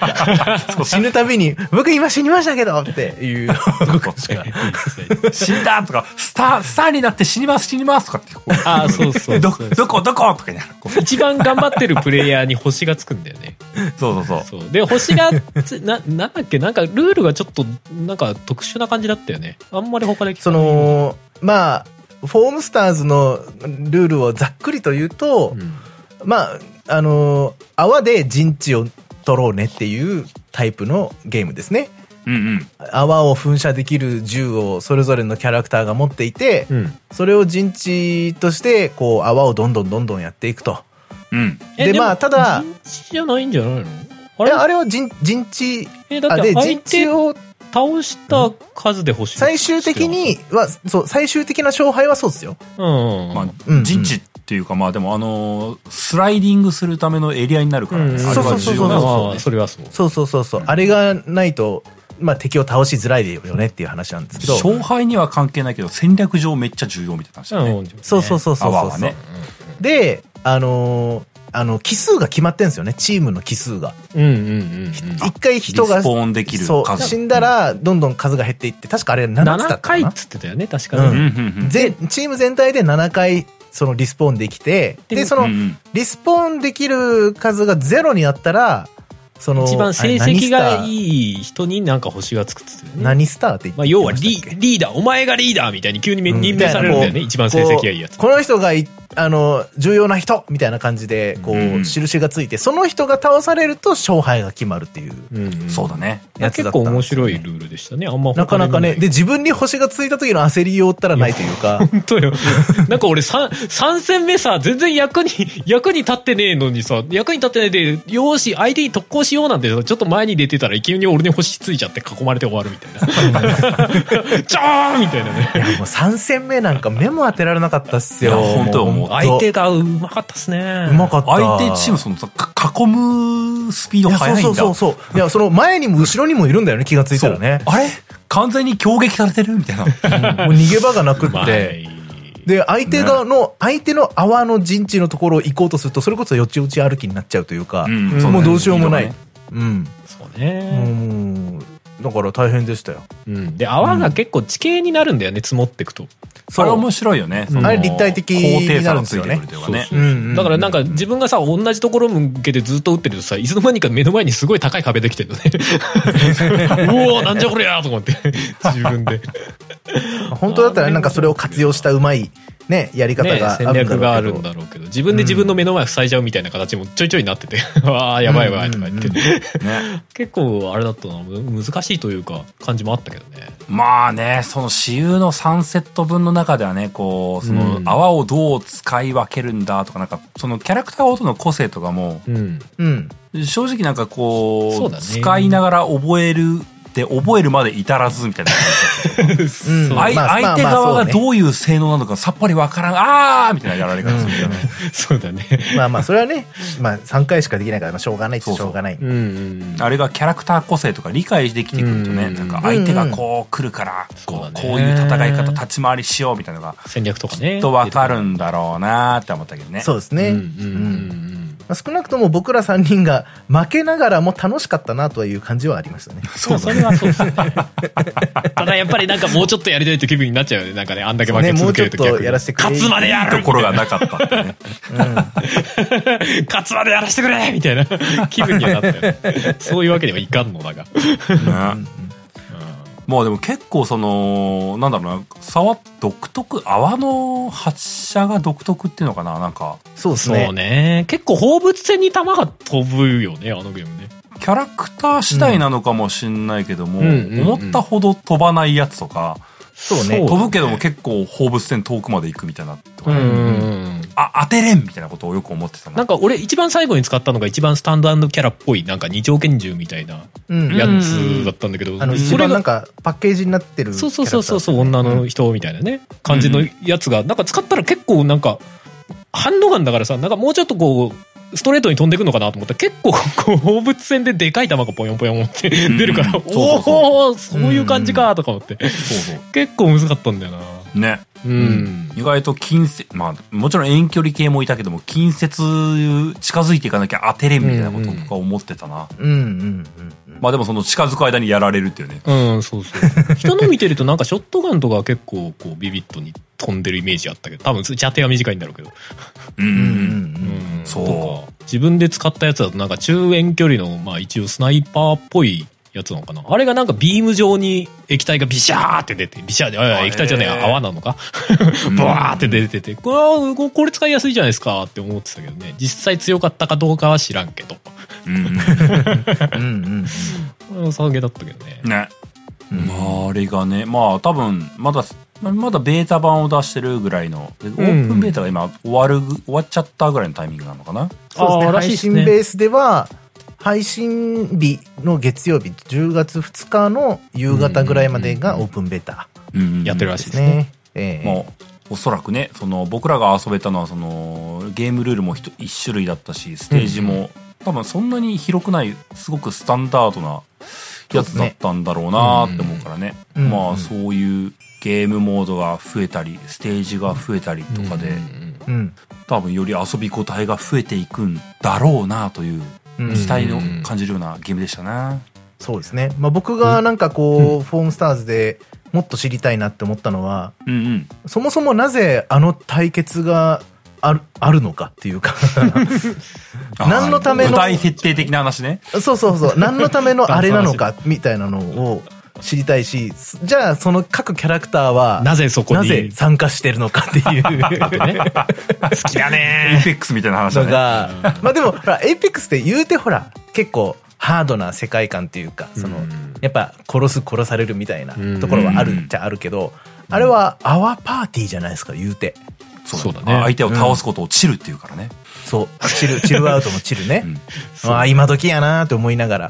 死ぬたびに、僕今死にましたけどっていう報告しか。 死んだとか、スター、スターになって死にます死にますとかって。 ああ、そうそう。 ど、どこどことかになる。 一番頑張ってるプレイヤーに星がつくんだよね。 そうそうそう。 そうで星がななんだっけなんかルールがちょっとなんか特殊な感じだったよね。あんまり他で聞かない。 そのまあフォームスターズのルールをざっくりと言うと、うん、まああの泡で陣地を取ろうねっていうタイプのゲームですね。うんうん、泡を噴射できる銃をそれぞれのキャラクターが持っていて、うん、それを陣地としてこう泡をどんどんどんどんやっていくと。うん、 でまあただ陣地じゃないんじゃないの？ あれあれは陣陣地えだって相手を倒した数で星最終的にはそう最終的な勝敗はそうですよ。 うん、まあ、うん、陣地っていうかまあでもあのー、スライディングするためのエリアになるからね。うん、 そうそうそうそうそれはそうそうそうそうそう、うん、あれがないと。まあ敵を倒しづらいよねっていう話なんですけど、 勝敗には関係ないけど戦略上めっちゃ重要みたいな話だね。うん、 そうそうそうそうそう、ね、であのー、あの奇数が決まってんですよね、チームの奇数が。うんうんうんうん、一回人がリスポーンできる数死んだらどんどん数が減っていって、確かあれななつだったかな。 ななかいっつってたよね確かに、うん、 全チーム全体でななかいそのリスポーンできて、でそのリスポーンできる数がゼロになったらその一番成績がいい人になんか星がつくっつって、ね、 何スターって言ってましたっけ。まあ、要は リ, リーダーお前がリーダーみたいに急に任命されるんだよね、うん、一番成績がいいやつ。 この人がいあの重要な人みたいな感じでこう、うん、印がついてその人が倒されると勝敗が決まるっていう、 うん、そうだねやつだったんですね。結構面白いルールでしたね。あんまなかなかね。で自分に星がついた時の焦りようったらないというか。 本当よ。なんか俺 3, さん戦目さ全然役に役に立ってねえのにさ、役に立ってないでよーし相手に特攻しようなんてちょっと前に出てたら急に俺に星ついちゃって囲まれて終わるみたいな。ジャーンみたいなね。 いやもうさん戦目なんか目も当てられなかったっすよ。 本当思って。 相手がうまかったっすね。 うまかった。 相手チーム、そのさ、囲むスピード速いんだ。 そうそうそうそう。いや、その前にも後ろにもいるんだよね、気がついたらね。 あれ完全に攻撃されてるみたいな。もう逃げ場がなくって。で、相手がの、ね、相手の泡の陣地のところを行こうとすると、それこそよちよち歩きになっちゃうというか、うん、もうどうしようもない。うん。 そうね。 うんだから大変でしたよ。 うん。で、泡が結構地形になるんだよね、積もっていくと。 それ面白いよね。 あれ立体的になるんですよね。 だからなんか自分がさ、同じところ向けてずっと打ってるとさ、いつの間にか目の前にすごい高い壁できてるのね。うおー、なんじゃこりゃーと思って、自分で。 本当だったらなんかそれを活用したうまい、ね、やり方があるんだろうけど、ね、 戦略があるんだろうけど、自分で自分の目の前塞いじゃうみたいな形もちょいちょいになってて、ああ、やばいやばいとか言って、結構あれだったな、難しいというか感じもあったけどね。 まあね、その私有のさんセット分の中ではね、こう、その泡をどう使い分けるんだとか、なんか、そのキャラクターごとの個性とかも、うんうん、正直なんかこう、う使いながら覚える、で覚えるまで至らずみたいな感じだったうん、相手側がどういう性能なのかさっぱりわからん、あーみたいなやられ方するよね。 そうだね。 まあまあそれはね、まあさんかいしかできないから、まあ、しょうがないっちゃしょうがない。 あれがキャラクター個性とか理解できてくるとね、なんか相手がこう来るからこう、こういう戦い方立ち回りしようみたいなのが戦略とかねきっとわかるんだろうなーって思ったけどね。 そうですね。うんうん少なくとも僕らさんにんが負けながらも楽しかったなという感じはありましたね。 そう、それはそうですね。ただやっぱりなんかもうちょっとやりたいという気分になっちゃうよね。なんかね、あんだけ負け続けると逆に、ね、もうちょっとやらせてくれ。勝つまでやるところがなかったってね。うん、勝つまでやらせてくれみたいな気分にはなったよね。そういうわけにはいかんのだが。ねまあでも結構そのなんだろうな、触独特、泡の発射が独特っていうのかな、なんかそうですね。そうね、結構放物線に弾が飛ぶよね、あのゲームね。 キャラクター次第なのかもしんないけども、うん、思ったほど飛ばないやつとか、そうね、飛ぶけども結構放物線遠くまで行くみたいなとかね、うん、あ当てれんみたいなことをよく思ってたな。 なんか俺一番最後に使ったのが一番スタンド&キャラっぽいなんか二丁拳銃みたいなやつだったんだけど、 うん、あの一番なんかパッケージになってる、 そうそうそうそうそう、女の人みたいなね、うん、感じのやつがなんか使ったら結構なんかハンドガンだからさ、なんかもうちょっとこうストレートに飛んでいくのかなと思ったら結構こう放物線ででかい弾がポヨンポヨンって出るから、おおそういう感じかとか思って、そうそう結構難かったんだよな。 ね、うん、意外と近接、まあもちろん遠距離系もいたけども近接近づいていかなきゃ当てれんみたいなこととか思ってたな。うんうんうん。まあでもその近づく間にやられるっていうね。 うん、そうそう。人の見てるとなんかショットガンとか結構こうビビッドに飛んでるイメージあったけど、多分射程は短いんだろうけど。うんうんうん。そう。自分で使ったやつだとなんか中遠距離のまあ一応スナイパーっぽいやつなのかな。あれがなんかビーム状に液体がビシャーって出て、ビシャーで、あ、液体じゃねえ、泡なのかブワーって出てて、これ、これ使いやすいじゃないですかって思ってたけどね。実際強かったかどうかは知らんけど。うんうんうん。騒げだったけどね。 ね。まあ、あれがね、まあ多分、まだ、まだベータ版を出してるぐらいの、オープンベータが今終わる、終わっちゃったぐらいのタイミングなのかな。 そうですね。配信ベースでは、配信日の月曜日じゅうがつふつかの夕方ぐらいまでがオープンベータやってるらしいですね。 えー、もうおそらくね、その僕らが遊べたのはそのゲームルールも一種類だったし、ステージも多分そんなに広くない、すごくスタンダードなやつだったんだろうなって思うからね。まあそういうゲームモードが増えたりステージが増えたりとかで、多分より遊び応えが増えていくんだろうなという期待を感じるようなゲームでしたな。 そうですね。まあ、僕がなんかこう、うん、フォームスターズでもっと知りたいなって思ったのは、うんうん、そもそもなぜあの対決がある、あるのかっていうか何のための具体設定的な話ね。 そうそうそう。何のためのあれなのかみたいなのを知りたいし、じゃあその各キャラクターはなぜそこになぜ参加してるのかっていう好きだねエイペックスみたいな話だね。 がまあでもほらエイペックスって言うてほら結構ハードな世界観っていうか、そのやっぱ殺す殺されるみたいなところはあるっちゃあるけど、あれはアワーパーティーじゃないですか言うて。 そうだね。相手を倒すことをチルっていうからね。 そうチルチルアウトのチルね。ああ今時やなーって思いながら。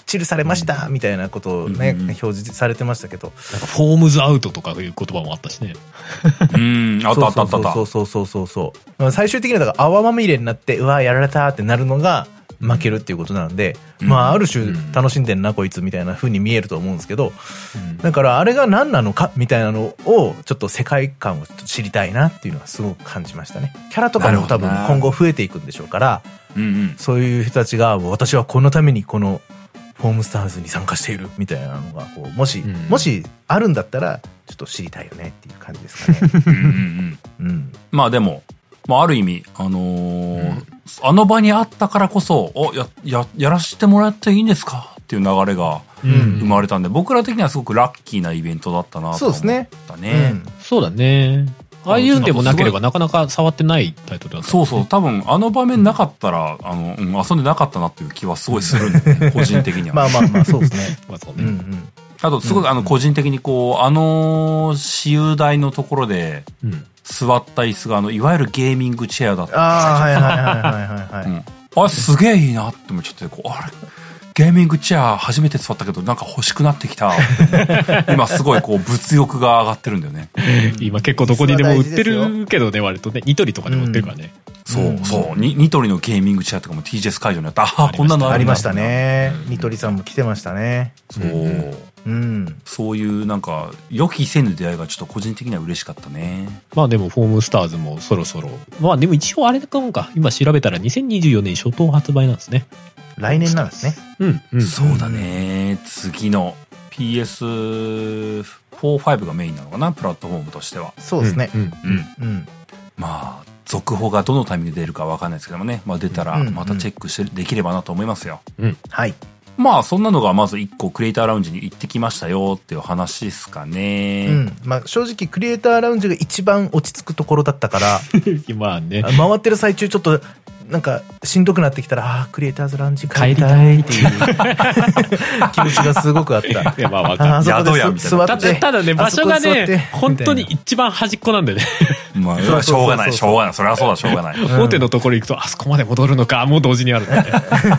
チルされました、みたいなことをね、うん、表示されてましたけど。 なんかフォームズアウトとかいう言葉もあったしね。 うん、あったあったあった。 そうそうそうそうそう。最終的にはだから泡まみれになって、うわ、やられたってなるのが、負けるっていうことなんで、うん、まあある種楽しんでんな、うん、こいつみたいな風に見えると思うんですけど、うん、だからあれが何なのかみたいなのをちょっと世界観をちょっと知りたいなっていうのはすごく感じましたね。キャラとかも多分今後増えていくんでしょうから、うんうん、そういう人たちが私はこのためにこのホームスターズに参加しているみたいなのがこうもし、うん、もしあるんだったらちょっと知りたいよねっていう感じですかね。うんうんうんうん、まあでも、まあ、ある意味あのーうんあの場にあったからこそ、お、や、や、やらせてもらっていいんですかっていう流れが生まれたんで、うん、僕ら的にはすごくラッキーなイベントだったなと思ったね。そうですね。うん、 そうだね。ああいうんでもなければなかなか触ってないタイトルだった、ね。 そうそう。多分あの場面なかったら、あの、うん、遊んでなかったなっていう気はすごいするんで、ね、個人的には。 まあまあまあ、そうですね。まあそうね。うんうん、 あと、すごいあの、個人的にこう、あの、私有台のところで、うん座った椅子があのいわゆるゲーミングチェアだった。 ああはいはいはいはいはい、うん、 あれすげえいいなって思っちゃってこうあれゲーミングチェア初めて座ったけどなんか欲しくなってきた。今すごいこう物欲が上がってるんだよね。 今結構どこにでも売ってるけどね割とねニトリとかでも売ってるからね。 うん、そうそうニニトリのゲーミングチェアとかも ティージェーエス 会場にあった。ああこんなのありましたね。ニトリさんも来てましたね。 そう。うん、そういうなんか予期せぬ出会いがちょっと個人的には嬉しかったね。 まあでもフォームスターズもそろそろまあでも一応あれかもか今調べたらにせんにじゅうよねん初頭発売なんですね。 来年なんですね。 うん、うん、 そうだね。次の ピーエスフォー、ファイブ がメインなのかなプラットフォームとしては。 そうですね。うんうんうん、うん、まあ続報がどのタイミングで出るかわかんないですけどもね、まあ、出たらまたチェックしてできればなと思いますよ。 うん、 はい。 まあそんなのがまずいっこクリエイターラウンジに行ってきましたよっていう話ですかね。 うん。まあ正直クリエイターラウンジが一番落ち着くところだったからまあね回ってる最中ちょっとなんかしんどくなってきたらああクリエイターズラウンジ帰りたいっていう気持ちがすごくあった。 いやまあわかる。 宿屋みたいな。 ただただね場所がね本当に一番端っこなんでね。 まあしょうがないしょうがないそれはそうだしょうがない。 大手のところ行くとあそこまで戻るのかもう同時にあるんでね。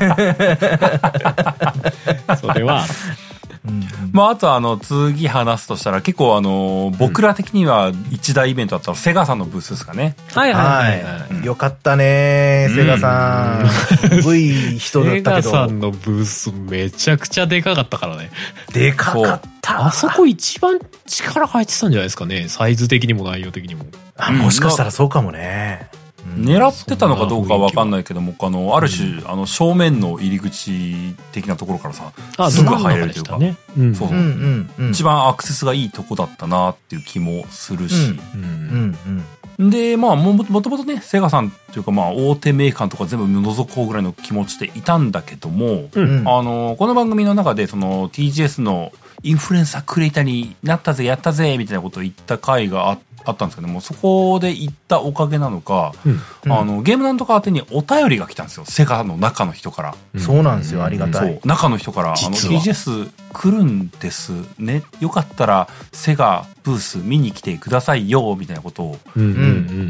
それは。 うんうん、まああとあの次話すとしたら結構あの僕ら的には一大イベントだったらセガさんのブースですかね。 はいはいはい、 はい、よかったねセガさん。V 人だったけど。 セガさんのブースめちゃくちゃでかかったからね。 でかかった。 あそこ一番力入ってたんじゃないですかね。サイズ的にも内容的にも。 あもしかしたらそうかもね。 狙ってたのかどうかは分かんないけどもあのある種、うん、あの正面の入り口的なところからさすぐ入れるというか、ねうん、そうそう、うんうんうん、一番アクセスがいいとこだったなっていう気もするし、うんうんうん、でまあもともとねセガさんっていうかまあ大手メーカーとか全部覗こうぐらいの気持ちでいたんだけども、うん、あのこの番組の中でその ティージェーエス のインフルエンサークリエイターになったぜやったぜみたいなことを言った回があってあったんですけどもそこで行ったおかげなのか、うんうん、あのゲームなんとか宛てにお便りが来たんですよセガの中の人から、 うん、そうなんですよありがたい、 そう中の人からあの ティージェーエス 来るんですねよかったらセガブース見に来てくださいよみたいなことを、うんうん、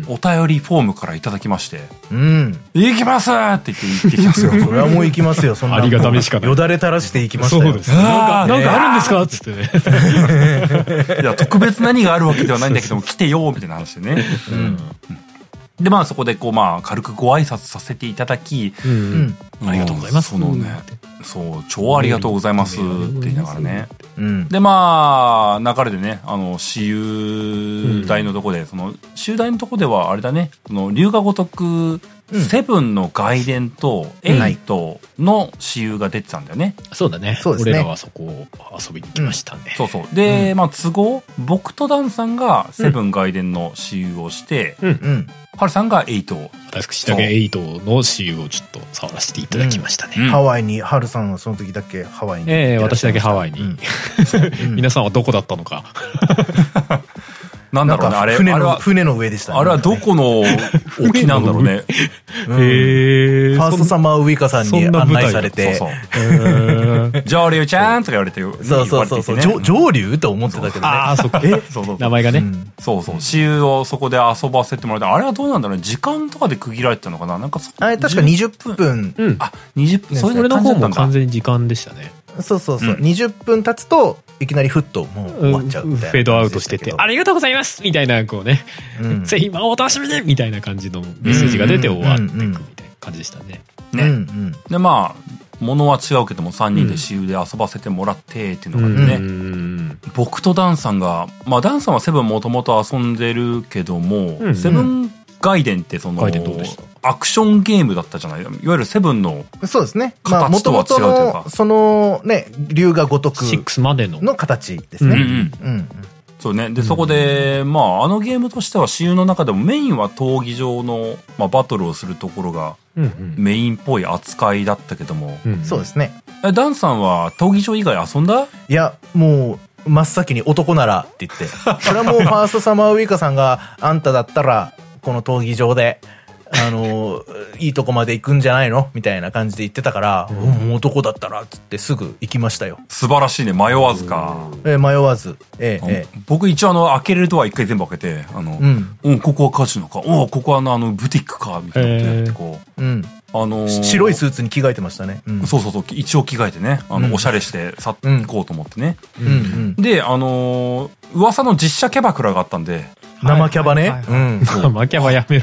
お便りフォームからいただきまして、うん、行きますって言って行ってきますよ。 それはもう行きますよ。そんなありがたみしかない。 よだれ垂らして行きましたよ。 そうです。なんか、なんかあるんですかっつってね。いや特別何があるわけではないんだけども来てよみたいな話でね。うん、でまあそこでこうまあ軽くご挨拶させていただき、 うんうん、ありがとうございます。 そのね、そう超ありがとうございますって言いながらね。うん、でまあ流れでねあの私有台のとこで、うん、その集大のとこではあれだねその龍が如くセブンの外伝とエイトの私有が出てたんだよね。 そうだね。俺らはそこを遊びに来ましたね。 うん、そうそう。で、うん、まあ都合僕とダンさんがセブン外伝の私有をして、うんうん、ハルさんがエイトを。 私だけエイトの私有をちょっと触らせていただきましたね。 うん、ハワイにハルさんはその時だけハワイに。 ええー、私だけハワイに。うん、皆さんはどこだったのか。 なんだろうね、あれ。 船の、船の上でしたね。 あれはどこの沖なんだろうね。 うん、へー。ファーストサマーウイカさんに案内されて。そうそう。上流ちゃんとか言われて。 そうそうそうそう。上流と思ってたけどね。 ああ、そっか。えそうそう名前がね。 そうそう。私有をそこで遊ばせてもらって、あれはどうなんだろうね。時間とかで区切られてたのかななんかあれ確かにじゅっぷん。 あ、にじゅっぷん。 それの方も完全に時間でしたね。 そうそうそう、うん、にじゅっぷん経つといきなりフッともう終わっちゃうみたいな、 フェードアウトしててありがとうございますみたいなこうね、うん、ぜひ今お楽しみにみたいな感じのメッセージが出て終わっていくみたいな感じでしたね。 ね、うんうん、でまあものは違うけどもさんにんで私有で遊ばせてもらってっていうのがね、うん、僕とダンさんがまあダンさんはセブンもともと遊んでるけども、うんうん、セブンガイデンってそのアクションゲームだったじゃない、いわゆるセブンのそうですね、形とは違うというか、まあ、元々のそのね龍が如くろくまでのの形ですね。うんうんうん、そうね。でそこで、まああのゲームとしては私有の中でもメインは闘技場の、まあ、バトルをするところがメインっぽい扱いだったけども、 うんうん、そうですね。 えダンさんは闘技場以外遊んだ？ いやもう真っ先に男ならって言ってそれはもうファーストサマーウイカさんがあんただったらこの闘技場であのいいとこまで行くんじゃないのみたいな感じで言ってたから、うん、もう男だったらっつってすぐ行きましたよ。 素晴らしいね。迷わずか。 えー、迷わず、えーえー、 僕一応あの開けれるドア一回全部開けてあの、うんうん、ここはカジノか、おここはあのあのブティックかみたいなことやってこう、うんあのー、 白いスーツに着替えてましたね、うん、 そうそうそう一応着替えてねあの、うん、おしゃれしてさっと行こうと思ってね、うんうん、であのー、噂の実写キャバクラがあったんで生キャバね。 生キャバやめろ。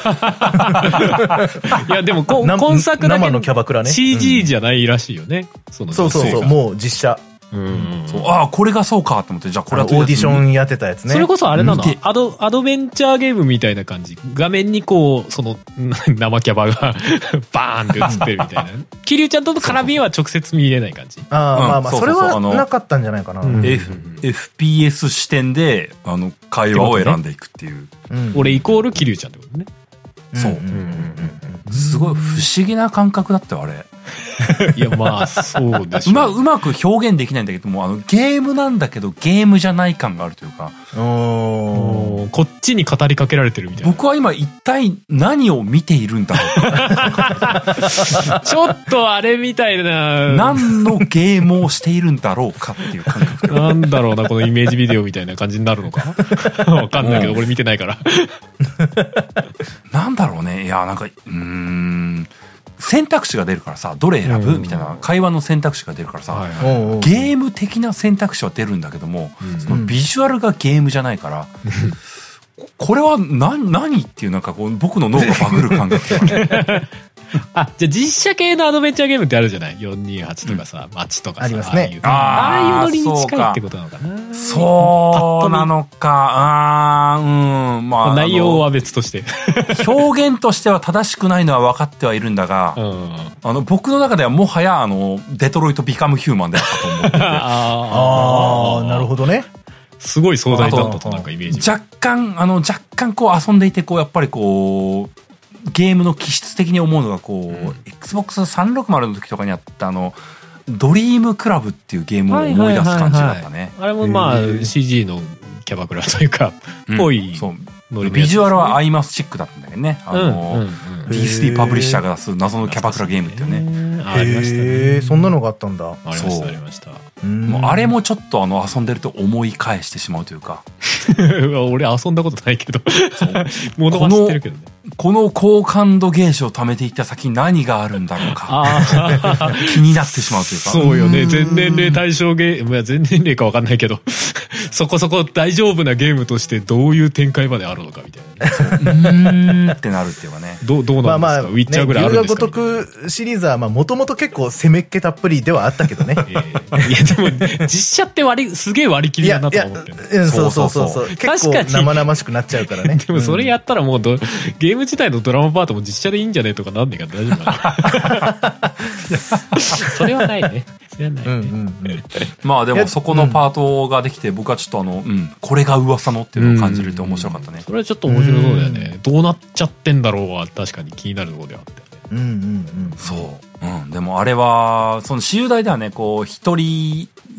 いやでもこ今作だけ生のキャバクラね。 シージー じゃないらしいよね。 そのそうそうそうもう実写。 うんそうああこれがそうかと思ってじゃあこれはオーディションやってたやつね。 それこそあれなのアドアドベンチャーゲームみたいな感じ。画面にこうその生キャバがバーンって映ってるみたいな。桐生ちゃんとの絡みは直接見れない感じ。 ああまあまあそれはなかったんじゃないかな。 エフピーエス 視点であの会話を選んでいくっていう。 俺イコール桐生ちゃんってことね。 そう。すごい不思議な感覚だったよあれ。 いやまあそうでしょう。 まあうまく表現できないんだけどもあのゲームなんだけどゲームじゃない感があるというかおこっちに語りかけられてるみたいな。 僕は今一体何を見ているんだろうちょっとあれみたいな何のゲームをしているんだろうかっていう感覚なんだろうなこのイメージビデオみたいな感じになるのかなわかんないけど俺見てないからなんだろうねいやなんかうーん選択肢が出るからさどれ選ぶみたいな会話の選択肢が出るからさゲーム的な選択肢は出るんだけどもそのビジュアルがゲームじゃないからこれは何何っていうなんかこう僕の脳がバグる感覚あじゃあ実写系のアドベンチャーゲームってあるじゃないよんにーはちとかさ、うん、街とかさありますねああいうノリに近いってことなのかなそうなのかあうんまあ内容は別として表現としては正しくないのは分かってはいるんだが、うん、あの僕の中ではもはやあのデトロイトビカムヒューマンであったと思っててああなるほどねすごい壮大だったとなんかイメージ若干あの若干こう遊んでいてこうやっぱりこうゲームの気質的に思うのがこう、うん、エックスボックスさんびゃくろくじゅうの時とかにあったあのドリームクラブっていうゲームを思い出す感じだったね。 あれもまあ シージー のキャバクラというかぽい、うん、 そうビジュアルはアイマスチックだったんだけどねあの、うんうんうん、ディースディー パブリッシャーが出す謎のキャバクラゲームっていうねありましたねそんなのがあったんだありましたありましたもうあれもちょっとあの遊んでると思い返してしまうというか俺遊んだことないけど物は知ってるけどねこの高感度ゲージを貯めていった先に何があるんだろうか気になってしまうというかそうよね全年齢対象ゲームいや全年齢か分かんないけどそこそこ大丈夫なゲームとしてどういう展開まであるのかみたいな、 ね、うーんってなるっていうかねどうどうなんですか、まあまあ、ウィッチャーぐらいあるんですか、ね、 龍が如くシリーズはもともと結構攻めっ気たっぷりではあったけどね、えー、いやでも実写って割りすげえ割り切りだなと思ってるいやいやそうそうそうそう結構生々しくなっちゃうからねでもそれやったらもうどゲーム自体のドラマパートも実写でいいんじゃねえとかなんねえから大丈夫かなそれはないねそれはないね、うんうんうん、 まあでもそこのパートができて僕はちょっとあの、うん、これが噂のっていうのを感じると面白かったね、うん、 それはちょっと面白そうだよねどうなっちゃってんだろうは確かに気になるところではあってうんうんうんそう、うん、でもあれはその私有台ではねこう一人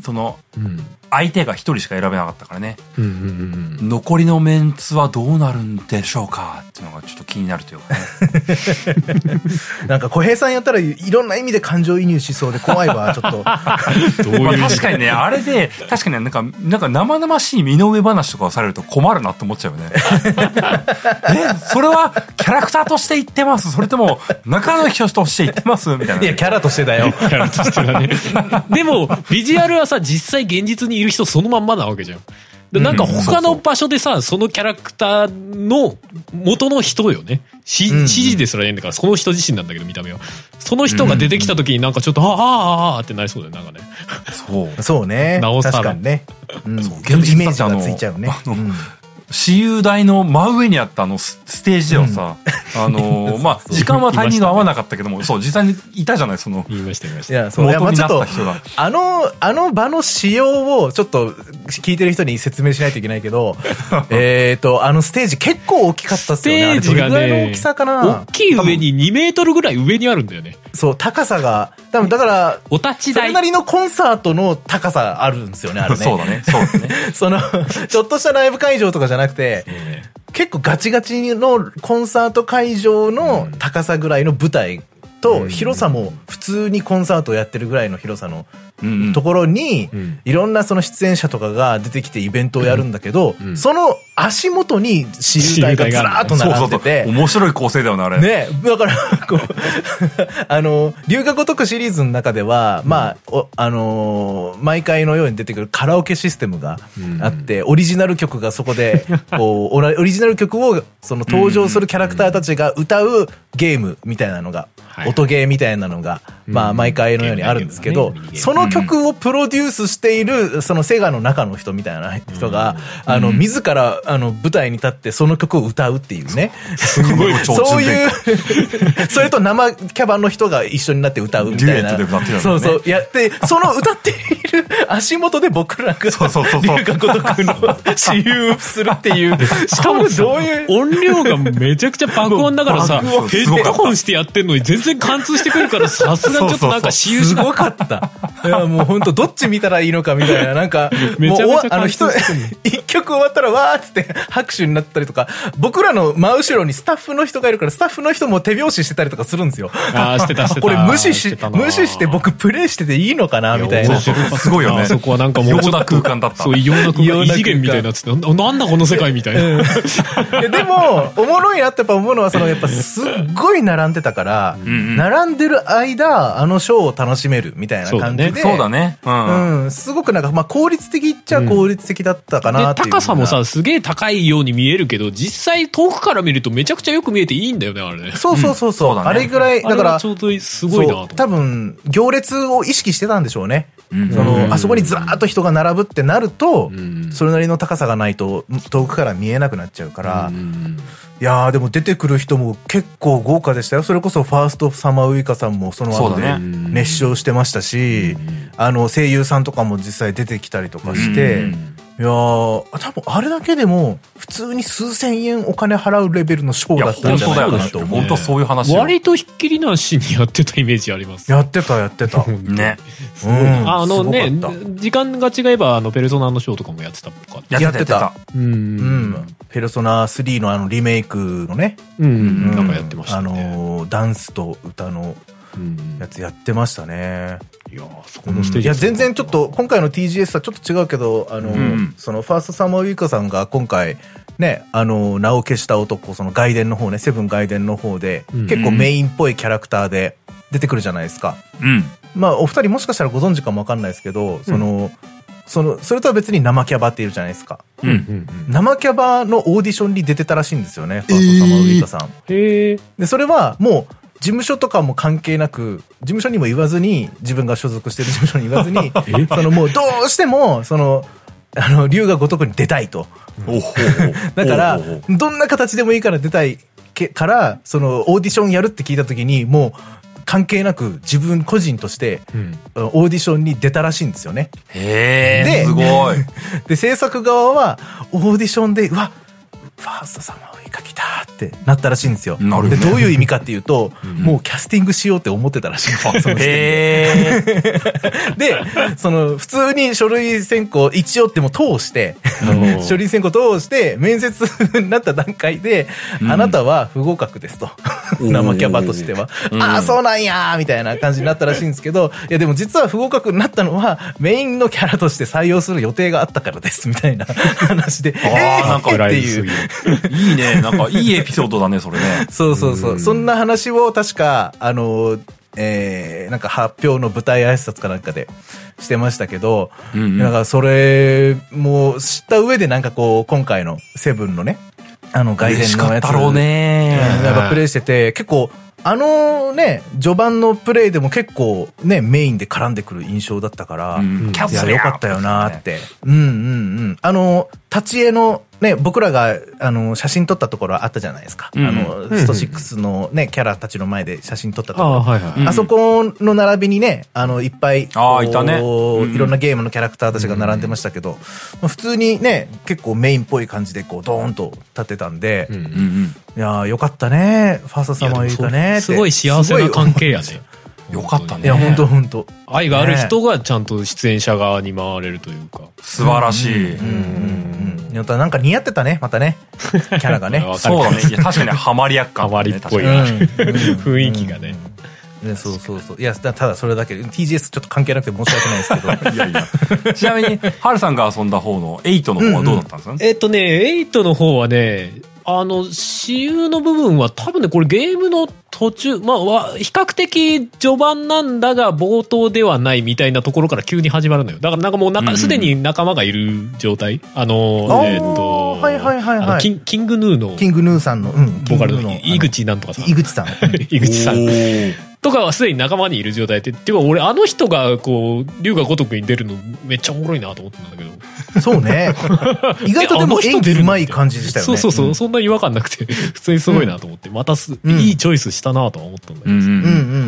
その、うん、相手が一人しか選べなかったからね、うんうんうん、残りのメンツはどうなるんでしょうかっていうのがちょっと気になるというかねなんか小平さんやったらいろんな意味で感情移入しそうで怖いわちょっとどういう、まあ、確かにねあれで確かになんかなんか生々しい身の上話とかをされると困るなって思っちゃうよねえそれはキャラクターとして言ってますそれとも中の人として言ってますみたいな、ね、 いやキャラとしてだよキャラとしてだねでもビジュアルはさ実際現実にいる人そのまんまなわけじゃん。でなんか他の場所でさ、うん、そのキャラクターの元の人よね。し、うん、指示ですらいいんだから、その人自身なんだけど見た目は。その人が出てきた時になんかちょっと、うん、ああ、ああ、ってなりそうだよ、なんかね。 そう。そうね。 なおさら。 確かにね。 うん。そう現実イメージがついちゃうね。あの、私有台の真上にあったあのステージではさ、うん、あのー、まあ、時間はタイミング合わなかったけども、そう、実際にいたじゃない、その。 言いました、言いました。いや、そう、元になった人が。あの、あの場の仕様をちょっと聞いてる人に説明しないといけないけど、えっと、あのステージ結構大きかったっすよね。 ステージがね、 どれぐらいの大きさかな。 大きい上ににメートルぐらい上にあるんだよね。 そう、高さが、多分だから、 お立ち台。 それなりのコンサートの高さあるんですよね、あれね。 そうだね、そうだね。 その、ちょっとしたライブ会場とかじゃなくて、えー、結構ガチガチのコンサート会場の高さぐらいの舞台と、広さも普通にコンサートをやってるぐらいの広さのところに、いろんなその出演者とかが出てきてイベントをやるんだけど、その足元に私有台がずらーっと並んでて、そうそうそう、 面白い構成だよね、あれ。 ね、だから、こう、あの、龍が如くシリーズの中では、まあ、おあのー、毎回のように出てくるカラオケシステムがあって、オリジナル曲がそこで、こう、オリジナル曲を、その登場するキャラクターたちが歌うゲームみたいなのが、音ゲーみたいなのが、まあ、毎回のようにあるんですけど、その曲をプロデュースしている、そのセガの中の人みたいな人が、あの、自ら、あの、舞台に立ってその曲を歌うっていうね。 すごい超そういう、それと生キャバの人が一緒になって歌うみたいな。 デュエットで歌ってたんだね。 そうそう。やって、その歌っている足元で僕らが、 そうそうそうそう。 龍が如くの私有するっていう。 しかもどういう。音量がめちゃくちゃ爆音だからさ、ヘッドホンしてやってんのに全然貫通してくるから、さすがちょっとなんか私有すごかった。いや、もう本当どっち見たらいいのかみたいな、なんか、 めちゃめちゃあの人、一曲終わったらわーっつって拍手になったりとか、僕らの真後ろにスタッフの人がいるから、スタッフの人も手拍子してたりとかするんですよ。 ああ、してたしてた。 これ無視し、無視して僕プレイしてていいのかなみたいな。 すごいよね。 そこはなんかもう。異様な空間だった。そう、異様な空間。異次元みたいになってて、なんだこの世界みたいな。うん、 でも、おもろいなってやっぱ思うのは、そのやっぱすっごい並んでたから、うんうん、並んでる間、あのショーを楽しめるみたいな感じで。 そうだね。 うん。うん、すごくなんか、まあ効率的っちゃ効率的だったかなっていう、 うん。で、高さもさ、すげえ高いように見えるけど、実際遠くから見るとめちゃくちゃよく見えていいんだよね、あれね。 そうそうそうそう。うん、そうだね、あれぐらい、だから、 ちょうどすごいなと。 多分、行列を意識してたんでしょうね。うん、その、あそこにずらーっと人が並ぶってなると、うん、それなりの高さがないと、遠くから見えなくなっちゃうから、うん、いやーでも出てくる人も結構豪華でしたよ。それこそファーストサマーウイカさんもその後で熱唱してましたし、あの声優さんとかも実際出てきたりとかして、いやー多分あれだけでも普通に数千円お金払うレベルのショーだったんじゃないかなと思う。 本当そういう話。 割とひっきりなしにやってたイメージあります。 やってたやってた。 ね。 うん、あのね、時間が違えばあのペルソナのショーとかもやってたとか。 やってた。うん。ペルソナスリーのあのリメイクのね。 うん。なんかやってましたね。 あのダンスと歌のやつやってましたね。 いやそこのステージ、 いや全然ちょっと今回の ティージーエス はちょっと違うけど、あの、うん、そのファーストサマーウイカさんが今回ね、あの名を消した男、その外伝の方ね、セブン外伝の方で、うん、結構メインっぽいキャラクターで出てくるじゃないですか。うん、まあお二人もしかしたらご存知かもわかんないですけど、その、うん、そのそれとは別に生キャバっているじゃないですか。うんうんうん、生キャバのオーディションに出てたらしいんですよね、ファーストサマーウイカさん。へー。でそれはもう事務所とかも関係なく、事務所にも言わずに、自分が所属してる事務所に言わずに、そのもうどうしても、その、あの、龍が如くに出たいと。だから、どんな形でもいいから出たいから、その、オーディションやるって聞いたときに、もう、関係なく自分個人として、オーディションに出たらしいんですよね。 へー、すごい。 で、制作側は、オーディションで、うわ、ファーストサマーウイか来たってなったらしいんですよ。 なるほど。 で、どういう意味かっていうと、うん、もうキャスティングしようって思ってたらしいんですよ。そのへー。で、その、普通に書類選考、一応っても通して、書類選考通して、面接になった段階で、うん、あなたは不合格ですと。生キャバとしては。ああ、そうなんやーみたいな感じになったらしいんですけど、いやでも実は不合格になったのは、メインのキャラとして採用する予定があったからです、みたいな話で。 ああ、なんかっていう。いいね。なんかいいエピソードだね、それね。 そうそうそう。そんな話を確か、あの、えー、なんか発表の舞台挨拶かなんかでしてましたけど、うんうん、なんかそれも知った上でなんかこう、今回のセブンのね、あの外伝のやつ。 だろうね。 やっぱプレイしてて、結構、あのね、序盤のプレイでも結構ね、メインで絡んでくる印象だったから、うん、キャスいや、よかったよなーって。うんうんうん。あの、立ち絵のね、僕らが、あの、写真撮ったところあったじゃないですか。うん、あの、ストシックスのね、キャラたちの前で写真撮ったところ。あ、はいはい、あそこの並びにね、あの、いっぱい、 ああ、いたね。 いろんなゲームのキャラクターたちが並んでましたけど、うん、普通にね、結構メインっぽい感じで、こう、ドーンと立ってたんで、うんうんうん、いやー、よかったね、ファーストサマー言うたねって。 すごい幸せな関係やね。 よかったね。 いや、本当本当。 愛がある人がちゃんと出演者側に回れるというか。 素晴らしい。 うんうんうん。なんか似合ってたね、またね。キャラがね。 そうだね。いや、確かにハマり役感、 ね。ハマりっぽい雰囲気がね。 ね、そうそうそう。いや、ただそれだけで、ティージーエス ちょっと関係なくて申し訳ないですけど。いやいや。ちなみに、ハルさんが遊んだ方のエイトの方はどうだったんですか、うんうん、 えっとね、エイトの方はね、あの、私有の部分は多分ね、これゲームの途中、まあ、比較的序盤なんだが冒頭ではないみたいなところから急に始まるのよ。だからなんかもうなんかすでに仲間がいる状態。あの、えっと、 はいはいはいはい。 キン、キングヌーの。 キングヌーさんの、うん、 ボーカルの井口なんとかさん。 井口さん。 井口さん。とかはすでに仲間にいる状態で、っていうか俺あの人がこう、龍が如くに出るのめっちゃおもろいなと思ってたんだけど。 そうね。意外とでも演技うまい感じでしたよね。 そうそうそう、うん、そんな違和感なくて、普通にすごいなと思って、またす、うん、いいチョイスしたなとは思ったんだけど、うんうんうん、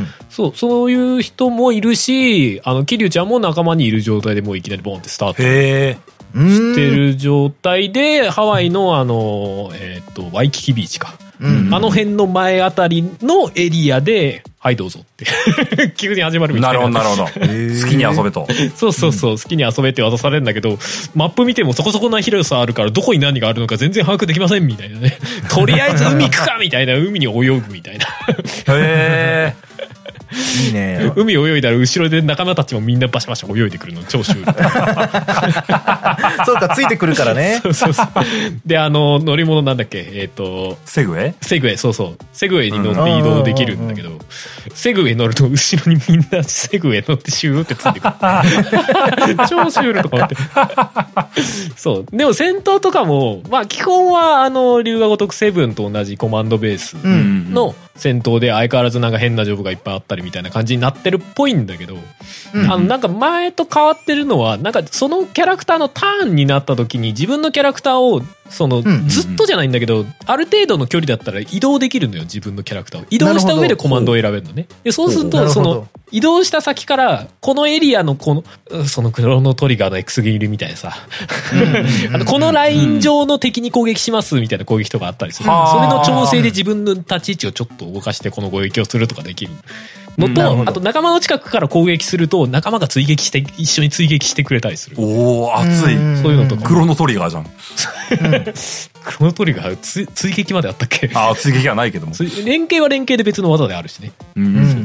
そう、そういう人もいるし、あの、桐生ちゃんも仲間にいる状態でもういきなりボンってスタートしてる状態で、ハワイのあの、えっと、ワイキキビーチか。うんうん、あの辺の前あたりのエリアで、はいどうぞって急に始まるみたいな。 なるほどなるほど。好きに遊べと。 そうそうそう、うん、好きに遊べって渡されるんだけど、マップ見てもそこそこな広さあるからどこに何があるのか全然把握できませんみたいなね。とりあえず海行くかみたいな、海に泳ぐみたいな。へー。 いいね。 海泳いだら後ろで仲間たちもみんなバシャバシャ泳いでくるの超シュール。 そうか、ついてくるからね。 そうそうそう。で、あの、乗り物なんだっけ、えっと、 セグウェイセグウェイ、そうそう。セグウェイに乗って移動できるんだけど、セグウェイ乗ると後ろにみんなセグウェイ乗ってシューってついてくる。超シュールとか思って。そう。でも戦闘とかも、まあ基本はあの、龍が如くセブンと同じコマンドベースの戦闘で相変わらずなんか変なジョブがいっぱいあったりみたいな感じになってるっぽいんだけど、うん、あのなんか前と変わってるのはなんかそのキャラクターのターンになった時に自分のキャラクターをその、うん、ずっとじゃないんだけどある程度の距離だったら移動できるのよ、自分のキャラクターを移動した上でコマンドを選べるのね。でそうするとその移動した先からこのエリアのこのそのクロノトリガーの X 切りみたいなさあのこのライン上の敵に攻撃しますみたいな攻撃とかあったりする、うん、それの調整で自分の立ち位置をちょっと動かしてこの攻撃をするとかできるのと、あと仲間の近くから攻撃すると仲間が追撃して一緒に追撃してくれたりする。 おー、熱い。 そういうのとか。 クロノトリガーじゃん。 クロノトリガーつ追撃まであったっけ？ ああ、追撃はないけども。 連携は連携で別の技であるしね。うん。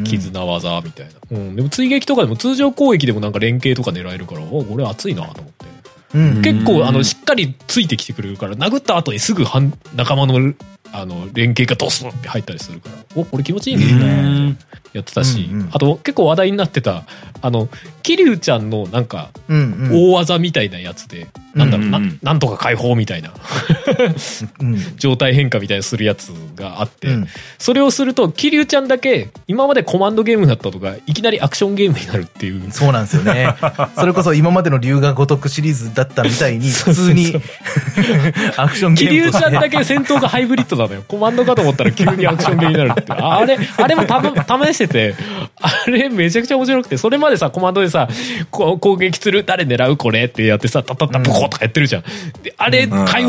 絆技みたいな。うん。でも追撃とかでも通常攻撃でもなんか連携とか狙えるから、お、これ熱いなと思って。うん、結構あのしっかりついてきてくれるから殴った後にすぐ仲間のあの連携がドスンって入ったりするから、お、これ気持ちいいねやってたし、うんうん、あと結構話題になってたあの桐生ちゃんのなんか大技みたいなやつで、うんうん、なんだろう、な、なんとか解放みたいな状態変化みたいなするやつがあって、うん、それをすると桐生ちゃんだけ今までコマンドゲームだったとかいきなりアクションゲームになるっていう。 そうなんですよね。それこそ今までの龍が如くシリーズだったみたいに普通にアクションゲーム桐生ちゃんだけ戦闘がハイブリッドなのよ。コマンドかと思ったら急にアクションゲームになるって。あれ、あれもた試してて、あれめちゃくちゃ面白くて、それまでさ、コマンドでさ、こう攻撃する、誰狙うこれってやってさ、タッタッタッポコとかやってるじゃん。で、あれ、解放とか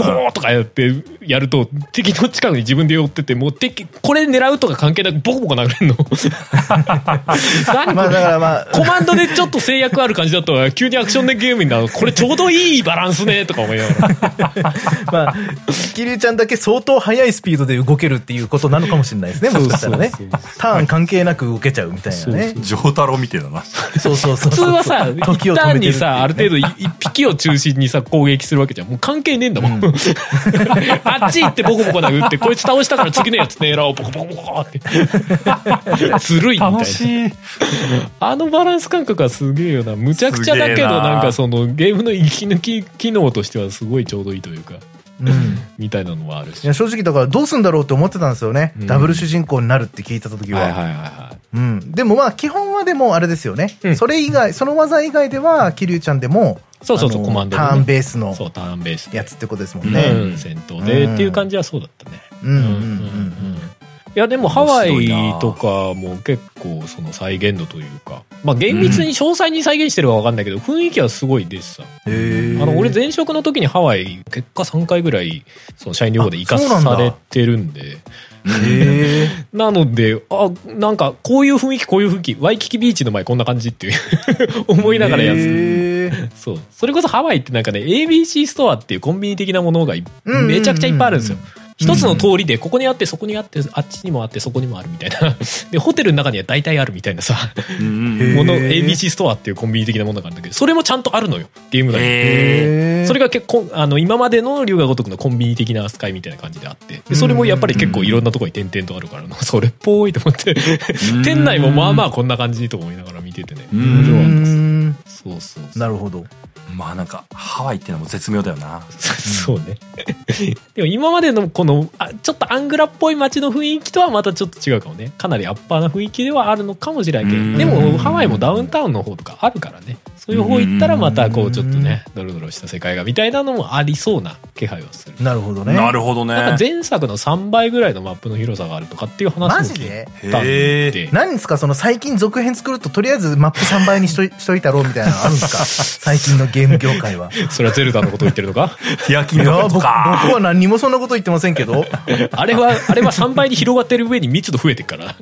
あやってやると敵の近くに自分で寄っててもう敵これ狙うとか関係なくボコボコ殴れるの何まあだからまあコマンドでちょっと制約ある感じだと急にアクションでゲームになるこれちょうどいいバランスねとか思いながらまあキリュウちゃんだけ相当速いスピードで動けるっていうことなのかもしれないですねもしかしたらねターン関係なく動けちゃうみたいなね丈太郎みたいだなそうそうそう普通はさ一旦にさある程度一匹を中心にさ攻撃するわけじゃんもう関係ねえんだもん、うん、あっち行ってボコボコ殴ってこいつ倒したから次のやつ狙おうボコボコボコってずるいみたいな楽しいあのバランス感覚はすげえよなむちゃくちゃだけどなんかそのゲームの息抜き機能としてはすごいちょうどいいというかうん、みたいなのもあるしいや正直だからどうすんだろうって思ってたんですよね、うん、ダブル主人公になるって聞いた時は、 はいはいはいはいうん、でもまあ基本はでもあれですよね、うん、それ以外その技以外ではキリュウちゃんでもそうそうそうコマンドで、 ね、ターンベースのそうターンベースやつってことですもんね、 うん、戦闘で、うん、っていう感じはそうだったねうんうんうんうんいやでもハワイとかも結構その再現度というかまあ厳密に詳細に再現してるか分かんないけど、うん、雰囲気はすごいですさあの俺前職の時にハワイ結果さんかいぐらいその社員旅行で行かされてるんでへなのであなんかこういう雰囲気こういう雰囲気ワイキキビーチの前こんな感じっていう思いながらやつそうそれこそハワイってなんかね エービーシー ストアっていうコンビニ的なものがめちゃくちゃいっぱいあるんですよ一つの通りでここにあってそこにあってあっちにもあってそこにもあるみたいなでホテルの中には大体あるみたいなさもの エービーシー ストアっていうコンビニ的なものがあるんだけどそれもちゃんとあるのよゲーム内にそれが結構あの今までの龍が如くのコンビニ的な扱いみたいな感じであってでそれもやっぱり結構いろんなところに点々とあるからそれっぽいと思って店内もまあまあこんな感じと思いながら見ててね面白かったですそうそうそうなるほどまあなんかハワイっていうのも絶妙だよなそうねでも今までのこのあちょっとアングラっぽい街の雰囲気とはまたちょっと違うかもねかなりアッパーな雰囲気ではあるのかもしれないけどでもハワイもダウンタウンの方とかあるからねそういう方行ったらまたこうちょっとねドロドロした世界がみたいなのもありそうな気配はするなるほどねなるほどねなんか前作のさんばいぐらいのマップの広さがあるとかっていう話も聞いたんで何ですかその最近続編作るととりあえずマップさんばいにしと い, しといたろうみたいなのあるんですか最近のゲーム業界はそれはゼルダのこと言ってるのかティアキンのことか僕は何にもそんなこと言ってませんけどあれはあれはさんばいに広がってる上に密度増えてるから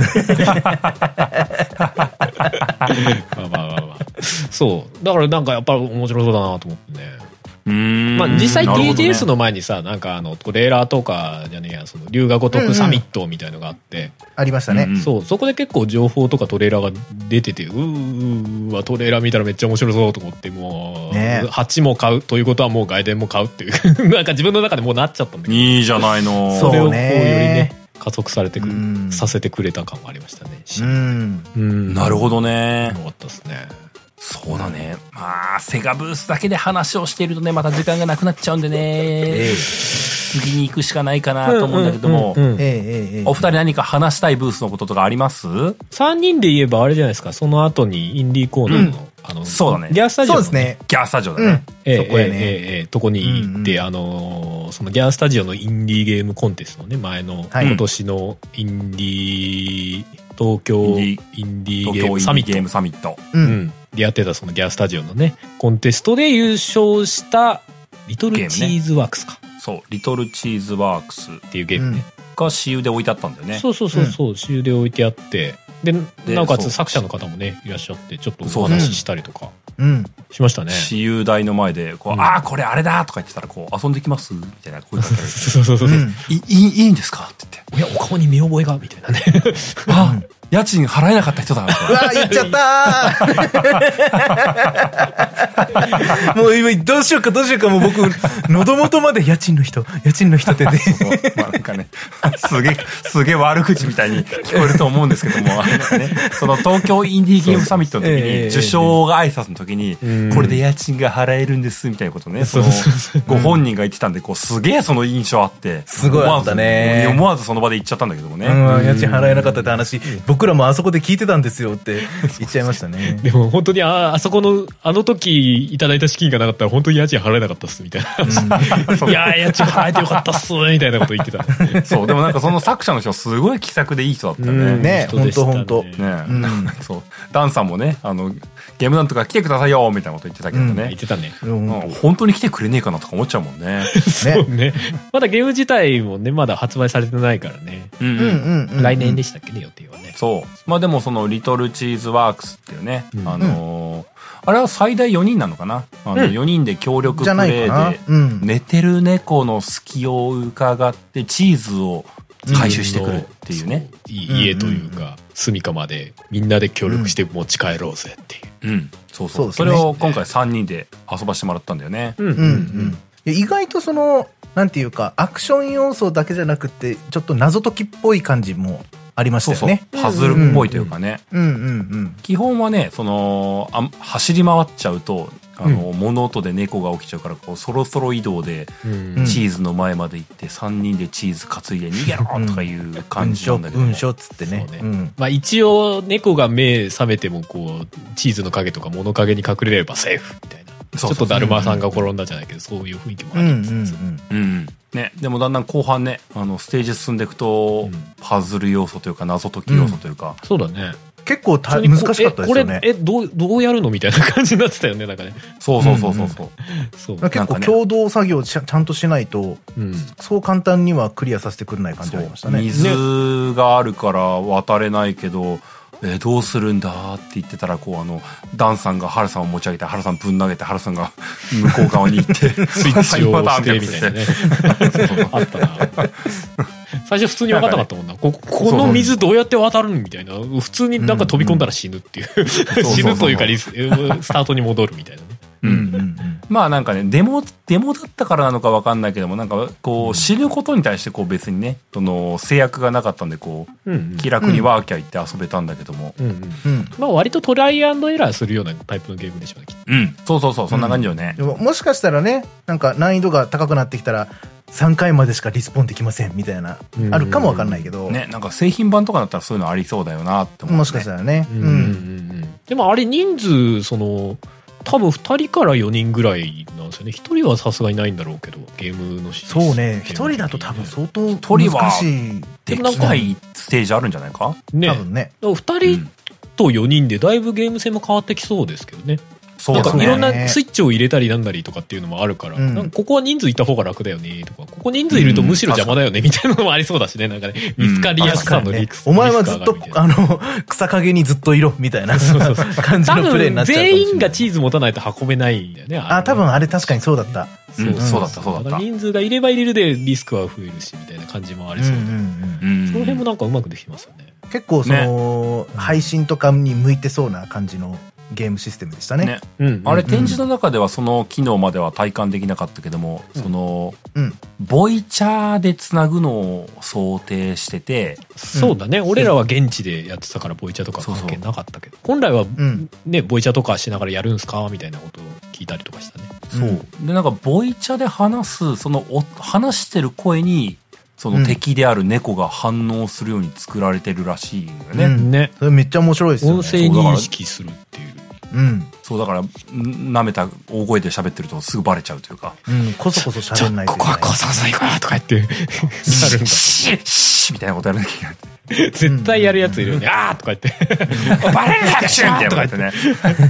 まあまあまあまあそうだからなんかやっぱり面白そうだなと思ってねうーんまあ実際 ティージーエス の前にさな、ね、なんかあのトレーラーとかじゃねえやその龍が如くサミットみたいのがあって、うんうん、 ありましたね、 うん、そうそこで結構情報とかトレーラーが出ててうーわトレーラー見たらめっちゃ面白そうと思ってもう、ね、はちも買うということはもう外伝も買うっていうなんか自分の中でもうなっちゃったんだけどいいじゃないのそれをこうよりね加速されてくるさせてくれた感がありましたねうんうんなるほどねよかったですねそうだね。まあ、セガブースだけで話をしているとね、また時間がなくなっちゃうんでね。えー、次に行くしかないかなと思うんだけども、お二人何か話したいブースのこととかあります？ さんにんで言えばあれじゃないですか、その後にインディーコーナーの、うん、あの、 そうだね。 ギャースタジオの、ね。 そうですね。 ギャースタジオだね。 ええ、そこやね。ええ、ええ、とこに行って、うんうん、あのー、そのギャースタジオのインディーゲームコンテストのね、前の、はい、今年のインディー、東京インディーゲームサミット。 ゲームサミット。 うん。でやってたそのギャースタジオのね、コンテストで優勝したリトルチーズワークスか。 ね、そう、リトルチーズワークスっていうゲームね。 が私有で置いてあったんだよね。 そうそうそうそう、私有で置いてあって、で、なおかつ作者の方もね、いらっしゃって、ちょっとお話ししたりとか。うん。しましたね。 私有台の前で、こう、うん、ああ、これあれだとか言ってたら、こう、遊んできますみたいな声かけられて。 そうそうそうそう、うん。 いい、いいんですかって言って。 いや、お顔に見覚えがみたいなね。 あ、家賃払えなかった人だな。 うわ、言っちゃったーもう今、どうしようかどうしようか、もう僕、喉元まで家賃の人、家賃の人ってね。 まあなんかね、すげえ、すげえ悪口みたいに聞こえると思うんですけども、なんかね、その東京インディーゲームサミットの時に、受賞が挨拶の時に、これで家賃が払えるんです、みたいなことね、その、ご本人が言ってたんで、こう、すげえその印象あって、 すごいあったね。 思わずその場で言っちゃったんだけどもね。 うん、家賃払えなかったって話、僕僕らもあそこで聞いてたんですよって言っちゃいましたね。 でも本当にあ、あそこの、あの時いただいた資金がなかったら本当に家賃払えなかったっす、みたいな。うん、いやー、家賃払えてよかったっす、みたいなこと言ってた、 ね。そう、でもなんかその作者の人すごい気さくでいい人だったよね。 ね、本当本当。ね、 うん、そう。ダンさんもね、あの、ゲームなんとか来てくださいよみたいなこと言ってたけどね。うん、 言ってたね、 うん。本当に来てくれねえかなとか思っちゃうもんね。 そうね。まだゲーム自体もね、まだ発売されてないからね。うんうんうん。来年でしたっけね、予定はね。 そう。まあでもその、リトルチーズワークスっていうね、うん、あのー、あれは最大よにんなのかな、あの、よにんで協力プレイで、寝てる猫の隙を伺ってチーズを回収してくるっていうね。 うん、家というか、住処までみんなで協力して持ち帰ろうぜっていう。 うん。そうそう。そうですね、それを今回さんにんで遊ばしてもらったんだよね。 うんうんうん。意外とその、なんていうか、アクション要素だけじゃなくて、ちょっと謎解きっぽい感じもありましたよね。 そうそう、パズルっぽいというかね。 うんうんうん。 基本はね、その、あ走り回っちゃうと、あの、うん、物音で猫が起きちゃうから、こう、そろそろ移動で、チーズの前まで行って、さんにんでチーズ担いで逃げろとかいう感じなんだけど、ね。 うんしょっつってね。 ねうん、まあ一応、猫が目覚めても、こう、チーズの影とか物陰に隠れればセーフみたいな。ちょっとだるまさんが転んだじゃないけど、そういう雰囲気もあります。うんうんうん。ね、でもだんだん後半ね、あの、ステージ進んでいくと、うん、パズル要素というか、謎解き要素というか。 うん、そうだね。 結構た難しかったですよね。これ、 え、どう、どうやるのみたいな感じになってたよね、なんかね。 そうそうそうそうそう。 うんうん、結構共同作業ちゃ、ちゃんとしないと、うん、そう簡単にはクリアさせてくれない感じがありましたね。 水があるから渡れないけど、えー、どうするんだって言ってたら、こう、あの、ダンさんがハルさんを持ち上げて、ハルさんぶん投げて、ハルさんが向こう側に行って、 スイッチを押してみたいなね。あったな。最初普通に分かんなかったもんな。こ, この水どうやって渡るんみたいな。普通になんか飛び込んだら死ぬっていう。死ぬというかリス、スタートに戻るみたいなね。 うんうんうん、まあなんかね、デモ、デモだったからなのか分かんないけども、なんかこう、死ぬことに対してこう別にね、その制約がなかったんで、こう、うんうん、気楽にワーキャー行って遊べたんだけども。うんうんうん、まあ割とトライアンドエラーするようなタイプのゲームでしょうね、きっと。 うん。そうそうそう、そんな感じよね。 うん、でも、もしかしたらね、なんか難易度が高くなってきたら、さんかいまでしかリスポンできませんみたいな、あるかもわかんないけど。 ね、なんか製品版とかだったらそういうのありそうだよなって思う、ね。 もしかしたらね。うん。うんうん、 でもあれ人数、その、多分ふたりからよにんぐらいなんですよね。ひとりはさすがにないんだろうけど、ゲームのシステム。 そうね。ひとりだと多分相当難しい。 できないステージあるんじゃないかね。 多分ね。 ふたりとよにんでだいぶゲーム性も変わってきそうですけどね。そうだね。なんかいろんなスイッチを入れたりなんだりとかっていうのもあるから、うん、なんかここは人数いた方が楽だよねとか、ここ人数いるとむしろ邪魔だよねみたいなのもありそうだしね。なんかね、見つかりやすさのリスク、 ね。お前はずっと、あの、草陰にずっといろみたいな感じのプレイになっちゃうかもしれない。 全員がチーズ持たないと運べないんだよね。 あ、多分あれ確かにそうだった。 そう、うん、そうだった、そうだった。 人数がいればいれるでリスクは増えるしみたいな感じもありそうで、うんうんうん、その辺もなんかうまくできてますよね。 結構その、ね、配信とかに向いてそうな感じのゲームシステムでしたね。ね、 うんうんうん、あれ展示の中ではその機能までは体感できなかったけども、うん、その、うん、ボイチャーでつなぐのを想定してて、 そうだね、うん、俺らは現地でやってたからボイチャーとか関係なかったけど、本来はね、ボイチャーとかしながらやるんすかみたいなことを聞いたりとかしたね。 そう。で、なんかボイチャーで話す、そのお話してる声に、その敵である猫が反応するように作られてるらしいんだよね。 うん、ね。それめっちゃ面白いですよね。 音声認識するっていう。 うん。 そう、だから、舐めた大声で喋ってるとすぐバレちゃうというか。 うん、こそこそ喋んないと。 ここはこそこそ行こうとか言って、やるんだ。 シッシッみたいなことやらなきゃいけない。 絶対やるやついるよね。あーとか言って。 バレるやつみたいなこと言ってね。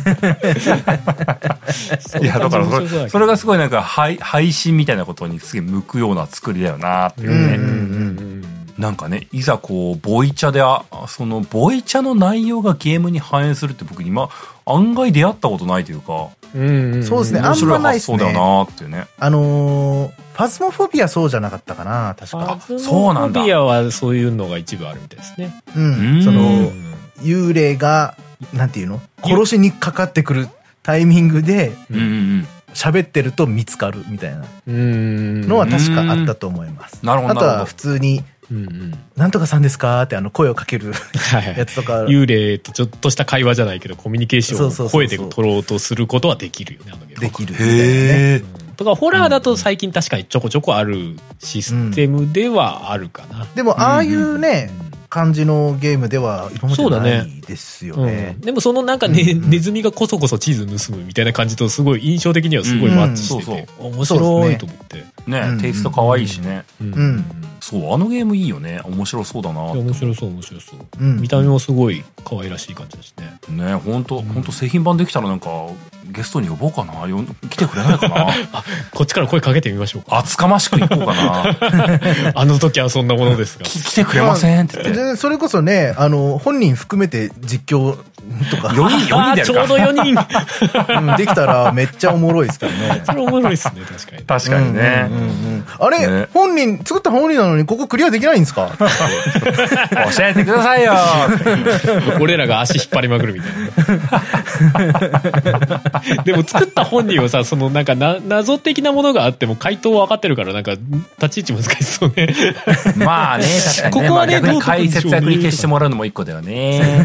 いや、だからそれ、それがすごいなんか配、配信みたいなことにすげえ向くような作りだよなっていうね。うんうんうんなんかね、いざこう、ボイチャで、あ、その、ボイチャの内容がゲームに反映するって僕今、案外出会ったことないというか、 うんうん、そうですね、 面白い発想だよなっていうね。 あのー、ファズモフォビアそうじゃなかったかな、確か。 そうなんだ。フォビアはそういうのが一部あるみたいですね。 うん。その、幽霊が、なんていうの殺しにかかってくるタイミングで、うんうんうん喋ってると見つかるみたいなのは確かあったと思います。 なるほど。 あとは普通に、うんうん、なんとかさんですかってあの声をかけるやつとか。 幽霊とちょっとした会話じゃないけど、コミュニケーションを声で取ろうとすることはできるよね、あのゲーム。 できるみたいなね。 うん、とか、ホラーだと最近確かにちょこちょこあるシステムではあるかな。うん、 でも、ああいうね、 感じのゲームでは今までないですよね。 ね、うん、でもそのなんかね、うん、ネズミがこそこそチーズ盗むみたいな感じとすごい印象的にはすごいマッチしてて、うんうん、面白いと思ってね、うん、テイスト可愛いしね、うんうん、そうあのゲームいいよね、面白そうだな。 面白そう面白そう、うん、見た目もすごい可愛らしい感じですね。 ね、本当本当製品版できたらなんかゲストに呼ぼうかな、よ来てくれないかなあ、こっちから声かけてみましょうか。 厚かましく行こうかなあの時はそんなものですが来てくれませんって言って、 まあ、それこそね、あの本人含めて実況とかよにん、よにんでやるかちょうどよにん、 うん、できたらめっちゃおもろいですからね。 それおもろいですね、確かに確かにね、うんうんうん、 あれ、ね、本人作った本人なのにここクリアできないんですか教えてくださいよ俺らが足引っ張りまくるみたいなでも作った本人はさ、そのなんかな謎的なものがあっても回答分かってるからなんか立ち位置難しそうねまあね、確かにね、ここはね、まあ、逆に解説役に消してもらうのも一個だよね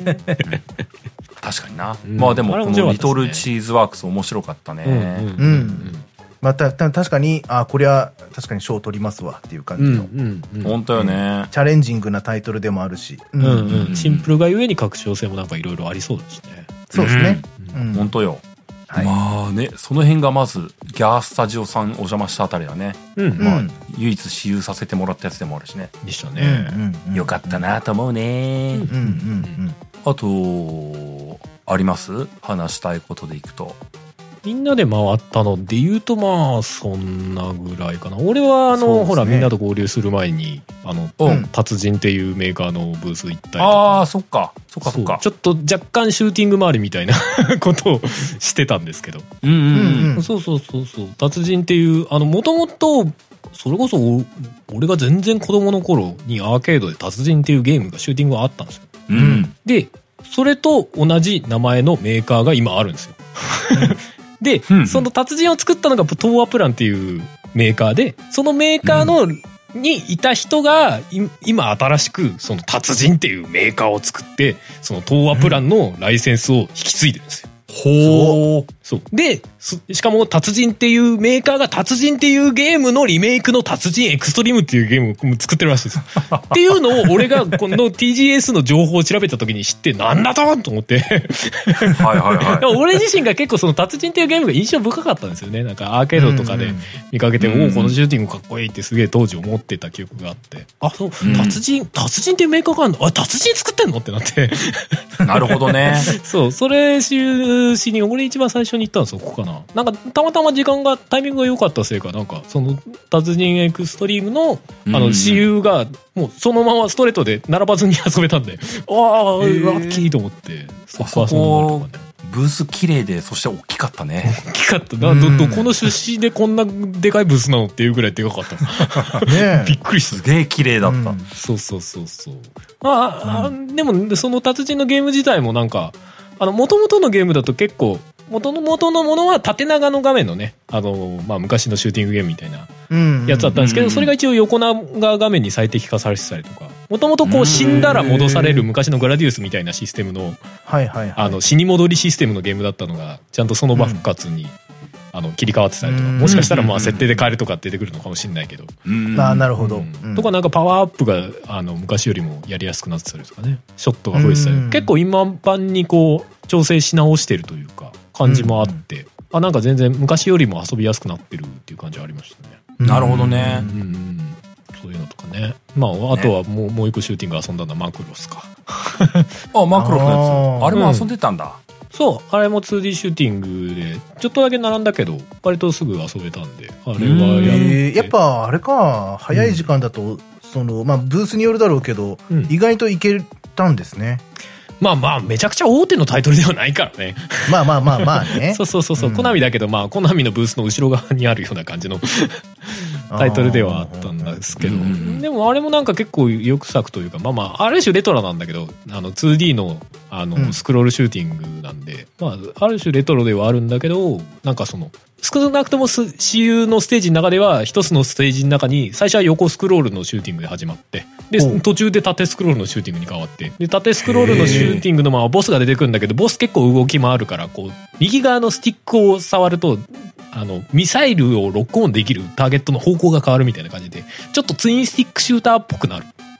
確かにな、うん、まあでもこのリトルチーズワークス面白かったね。うん、うんうん、 また確かに、あ、これは確かに賞を取りますわっていう感じの、うんうんうん、本当よね、 チャレンジングなタイトルでもあるし、 うんうんうん、シンプルがゆえに拡張性もなんかいろいろありそうだしね。 そうですね、 うんうん、本当よ、はい、まあね、その辺がまずギャースタジオさんお邪魔したあたりだね、うん、まあ、うん、唯一私有させてもらったやつでもあるしね。 でしたね、 うんうんうん、よかったなと思うね、うんうんうん、あとあります？話したいことでいくと、 みんなで回ったので言うと、まあそんなぐらいかな。俺はあの、ね、ほらみんなと合流する前にあの、うん、達人っていうメーカーのブース行ったりとか。 ああ、そっかそっかそっか。 ちょっと若干シューティング周りみたいなことをしてたんですけど、 うんうんうん、 そうそうそうそう、達人っていうあの元々それこそ俺が全然子供の頃にアーケードで達人っていうゲームがシューティングがあったんですよ、 うん、 でそれと同じ名前のメーカーが今あるんですよで、うん、その達人を作ったのが東亜プランっていうメーカーで、そのメーカーの、うん、にいた人が今新しくその達人っていうメーカーを作って、その東亜プランのライセンスを引き継いでるんですよ。 ほう。 そう。で、しかも達人っていうメーカーが達人っていうゲームのリメイクの達人エクストリームっていうゲームを作ってるらしいですよ。っていうのを俺がこの ティージーエス の情報を調べた時に知って、なんだとと思って。 はいはいはい。 でも俺自身が結構その達人っていうゲームが印象深かったんですよね。なんかアーケードとかで見かけて、うんうん、おお、このシューティングかっこいいってすげえ当時思ってた記憶があって。あ、そう、達人、達人っていうメーカーがあるの？あ、達人作ってんのってなって。 なるほどね。 そう、それしに俺一番最初に行ったんですよ、ここかな。なんかたまたま時間がタイミングが良かったせいか、なんかその達人エクストリームのあの私有がもうそのままストレートで並ばずに遊べたんで、ああラッキーと思って、 そこはそのブース綺麗で、そして大きかったね。 大きかったな。どどこの出資でこんなでかいブースなのっていうぐらいでかかったね。びっくりした。 すげえ綺麗だった、うん、 そうそうそうそう。まあ、うん、でもその達人のゲーム自体もなんかあの元々のゲームだと結構元の元のものは縦長の画面のね、あの、まあ、昔のシューティングゲームみたいなやつだったんですけど、それが一応横長画面に最適化されてたりとか、もともとこう死んだら戻される昔のグラディウスみたいなシステムの、 はいはいはい、 あの死に戻りシステムのゲームだったのがちゃんとその場復活に、うん、あの切り替わってたりとか、もしかしたらまあ設定で変えるとか出てくるのかもしれないけど、 ああなるほど、うんうん、とかなんかパワーアップがあの昔よりもやりやすくなってたりとかね、ショットが増えてたり、結構今版にこう調整し直してるというか感じもあって、うん、あ、なんか全然昔よりも遊びやすくなってるっていう感じはありましたね。 なるほどね、 うんうん、そういうのとかね。まああとはもう、ね、もう一個シューティング遊んだのはマクロスかあ、マクロスのやつ、あれも遊んでたんだ、 うん、そう、あれも ツーディー シューティングでちょっとだけ並んだけど割とすぐ遊べたんで、あれはやって、 えー、やっぱあれか、早い時間だと、うん、そのまあブースによるだろうけど、うん、意外といけたんですね。 まあまあめちゃくちゃ大手のタイトルではないからね。 まあまあまあまあね。 そうそうそうそう、うん、コナミだけど、まあコナミのブースの後ろ側にあるような感じのタイトルではあったんですけど、でもあれもなんか結構意欲作というか、まあまあある種レトロなんだけど、あの ツーディー のあのスクロールシューティングなんで、うん、まあある種レトロではあるんだけど、なんかその少なくとも私有のステージの中では一つのステージの中に最初は横スクロールのシューティングで始まって、で途中で縦スクロールのシューティングに変わって、で縦スクロールのシューティングのままボスが出てくるんだけど、ボス結構動き回るから、こう右側のスティックを触るとあのミサイルをロックオンできるターゲットの方向が変わるみたいな感じで、ちょっとツインスティックシューターっぽくなる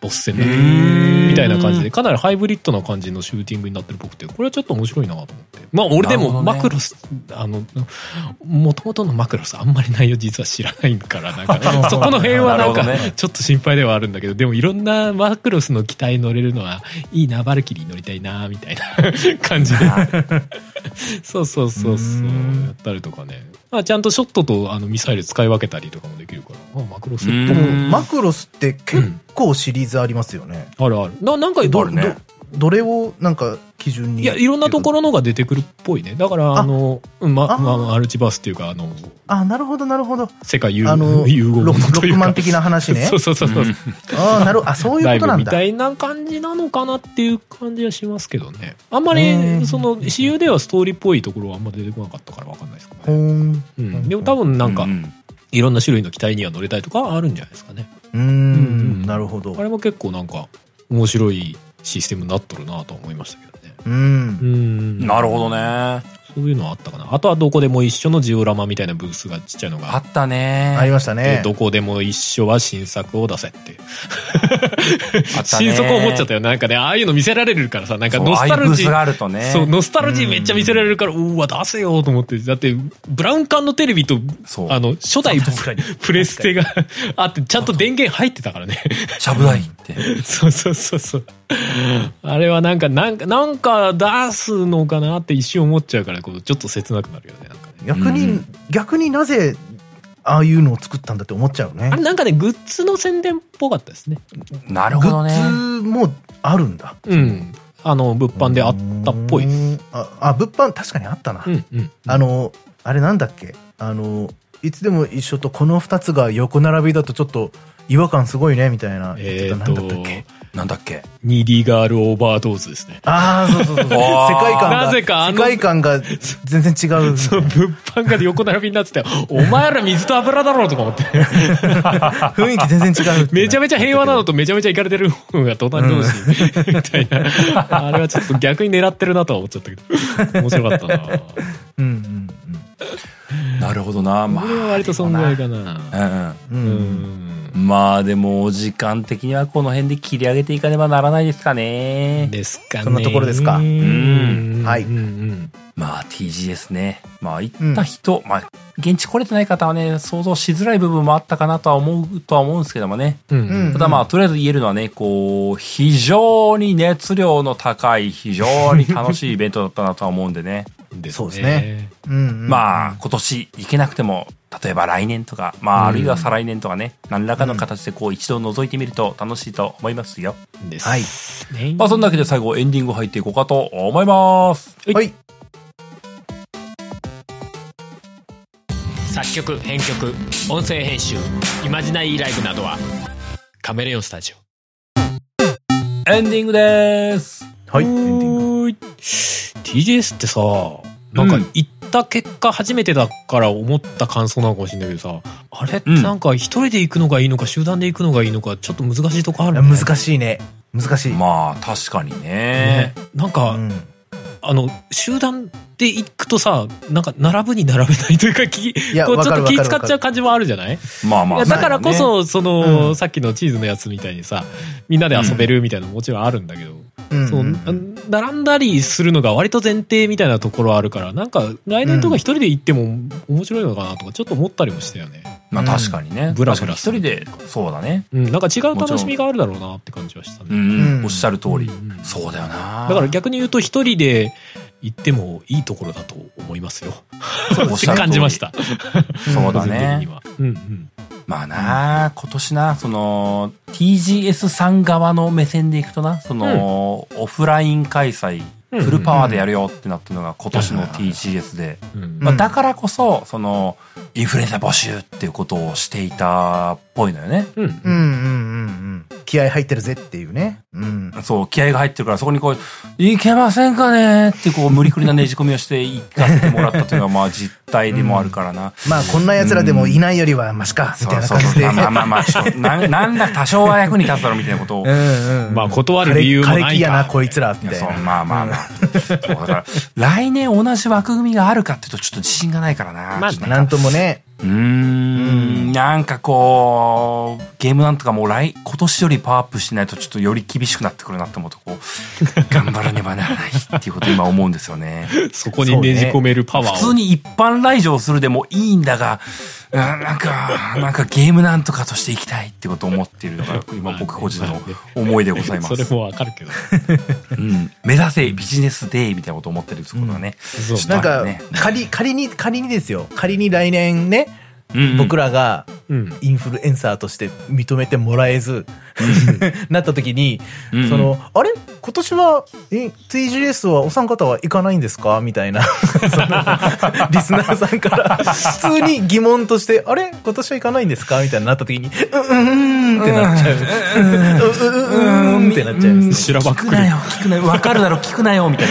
ボス戦だとみたいな感じでかなりハイブリッドな感じのシューティングになってるっぽくて、これはちょっと面白いなと思って。まあ俺でもマクロス、ね、あの元々のマクロスあんまり内容実は知らないからなんかそこの辺はなんかちょっと心配ではあるんだけど、でもいろんなマクロスの機体乗れるのはいいな、バルキリー乗りたいなみたいな感じでそうそうそうそうやったりとかね、まあ、ちゃんとショットとあのミサイル使い分けたりとかもできるから、まあ、マクロスってマクロスって結構シリーズありますよね、 うん、あるあるな、なんかど、 ね、ど, どれをなんか基準に、 いやいろんなところのが出てくるっぽいね。だからあのままあアルチバースっていうかあのあなるほどなるほど世界融合の融合ロックマン的な話ねそうそうそうそう、うん、 あなるあそういうことなんだみたいな感じなのかなっていう感じはしますけどね。あんまりその シーユー ではストーリーっぽいところはあんま出てこなかったから分かんないですけどね。うん、でも多分なんか、うんうん、いろんな種類の機体には乗れたりとかあるんじゃないですかね。 うーん、うん、なるほど。 あれも結構なんか面白いシステムになっとるなと思いましたけどね。 うん、 うんなるほどね。 そういうのはあったかな。あとはどこでも一緒のジオラマみたいなブースがちっちゃいのがあったね。 ありましたね。 どこでも一緒は新作を出せって新作を思っちゃったよ。なんかね、ああいうの見せられるからさ、なんかノスタルジー、 あるとね、 そうノスタルジーめっちゃ見せられるから、うわ出せよと思って。だってブラウン管のテレビとあの初代プレステがあってちゃんと電源入ってたからね。 ちゃぶ台って。 そうそうそうそう。あれはなんかなんかなんか出すのかなって一瞬思っちゃうから、こうちょっと切なくなるよね。なんかね逆に、うん、逆になぜああいうのを作ったんだって思っちゃうね。 あれなんかねグッズの宣伝っぽかったですね。 なるほどね。 グッズもあるんだ。 うん。あの物販であったっぽいです。 ああ物販確かにあったな。 うんうん、 あのあれなんだっけ、あのいつでも一緒とこのふたつが横並びだとちょっと違和感すごいねみたいな。 えー、 なんだったっけ。 なんだっけ。 ニーディーガールオーバードーズですね。 ああ、そうそうそう。世界観が。 なぜか世界観が全然違う。 そう、物販が横並びになってて、お前ら水と油だろうとか思って。 雰囲気全然違う。 めちゃめちゃ平和なのとめちゃめちゃイカれてる方が隣同士、うん、みたいな。あれはちょっと逆に狙ってるなとは思っちゃったけど。面白かったな。 うんうんうん。なるほどな。 まあ。これは割とそんぐらいかな。 うん。うん。うんまあでも時間的にはこの辺で切り上げていかねばならないですかね。 ですかね。 そんなところですか。うん。はい。 うんうん、 まあ ティージーエス ね。まあ行った人、うん、まあ現地来れてない方はね想像しづらい部分もあったかなとは思うとは思うんですけどもね。うん、ただまあとりあえず言えるのはね、こう非常に熱量の高い非常に楽しいイベントだったなとは思うんでね。 そうですね。 うんうんうん、まあ今年行けなくても例えば来年とか、まああるいは再来年とかね、うん、何らかの形でこう一度覗いてみると楽しいと思いますよ。 です。 はい。 まあそんなわけで最後エンディング入っていこうかと思います。 はい。 作曲、編曲、音声編集、イマジナリーライブなどはカメレオンスタジオ。 エンディングです。 はい。エンディング。 ティージーエス ってさ、なんか行った結果初めてだから思った感想なのかもしれないけどさ、あれってなんか一人で行くのがいいのか集団で行くのがいいのかちょっと難しいとこあるね。 難しいね。難しい。 まあ確かにね。 ねなんか、うん、あの集団で行くとさ、なんか並ぶに並べないというか、きこうちょっと気使っちゃう感じもあるじゃない？ まあまあ。 だからこそ、その、うん、さっきのチーズのやつみたいにさ、みんなで遊べるみたいなのももちろんあるんだけど、うん、そう、並んだりするのが割と前提みたいなところあるから、なんか来年とか一人で行っても面白いのかなとかちょっと思ったりもしたよね。 まあ確かにね。 ブラブラ一人で、そうだね。 うん、なんか違う楽しみがあるだろうなって感じはしたね。 うん、おっしゃる通り。うん、そうだよな。 だから逆に言うと一人で行ってもいいところだと思いますよ。って感じました。 そうだね。 うんうん、 まあな、今年な、その ティージーエス さん側の目線でいくとな、その、うん、オフライン開催、フルパワーでやるよってなったのが今年の ティージーエス で、まあだからこそそのインフルエンサー募集っていうことをしていたっぽいのよね。 うんうんうんうん。気合入ってるぜっていうね。うん。 そう、気合が入ってるからそこにこう、いけませんかねってこう無理くりなねじ込みをして行かせてもらったというのがまあ実態でもあるからな。 うん、まあこんな奴らでもいないよりはマシか、みたいな感じで。 まあまあまあ、な, なんだ多少は役に立つだろうみたいなことを。 うんうん、 まあ断る理由もないか。 枯れ木やなこいつらみたいな。 そう、まあまあまあ。そうだから来年同じ枠組みがあるかっていうとちょっと自信がないからな。 まあなんともね。 うーん。 なんかこうゲームなんとかもう来今年よりパワーアップしないとちょっとより厳しくなってくるなって思うとこう頑張らねばならないっていうことを今思うんですよね。 そこにねじ込めるパワーを、 ね、普通に一般来場するでもいいんだが、うん、なんかなんかゲームなんとかとしていきたいってことを思っているのが今僕個人の思いでございます。 それもわかるけど、 うん、目指せビジネスデイみたいなことを思ってることがね、 うん、なんか仮仮に仮にですよ仮に来年ね、うんうん、僕らがインフルエンサーとして認めてもらえず、うん、なった時に、うんうん、そのあれ今年は ティージーエス はお三方は行かないんですかみたいなリスナーさんから普通に疑問としてあれ今年は行かないんですかみたいになった時にうんうんってなっちゃううんうんってなっちゃいます。 しらばっくり聞くなよ聞くなよ分かるだろ聞くなよみた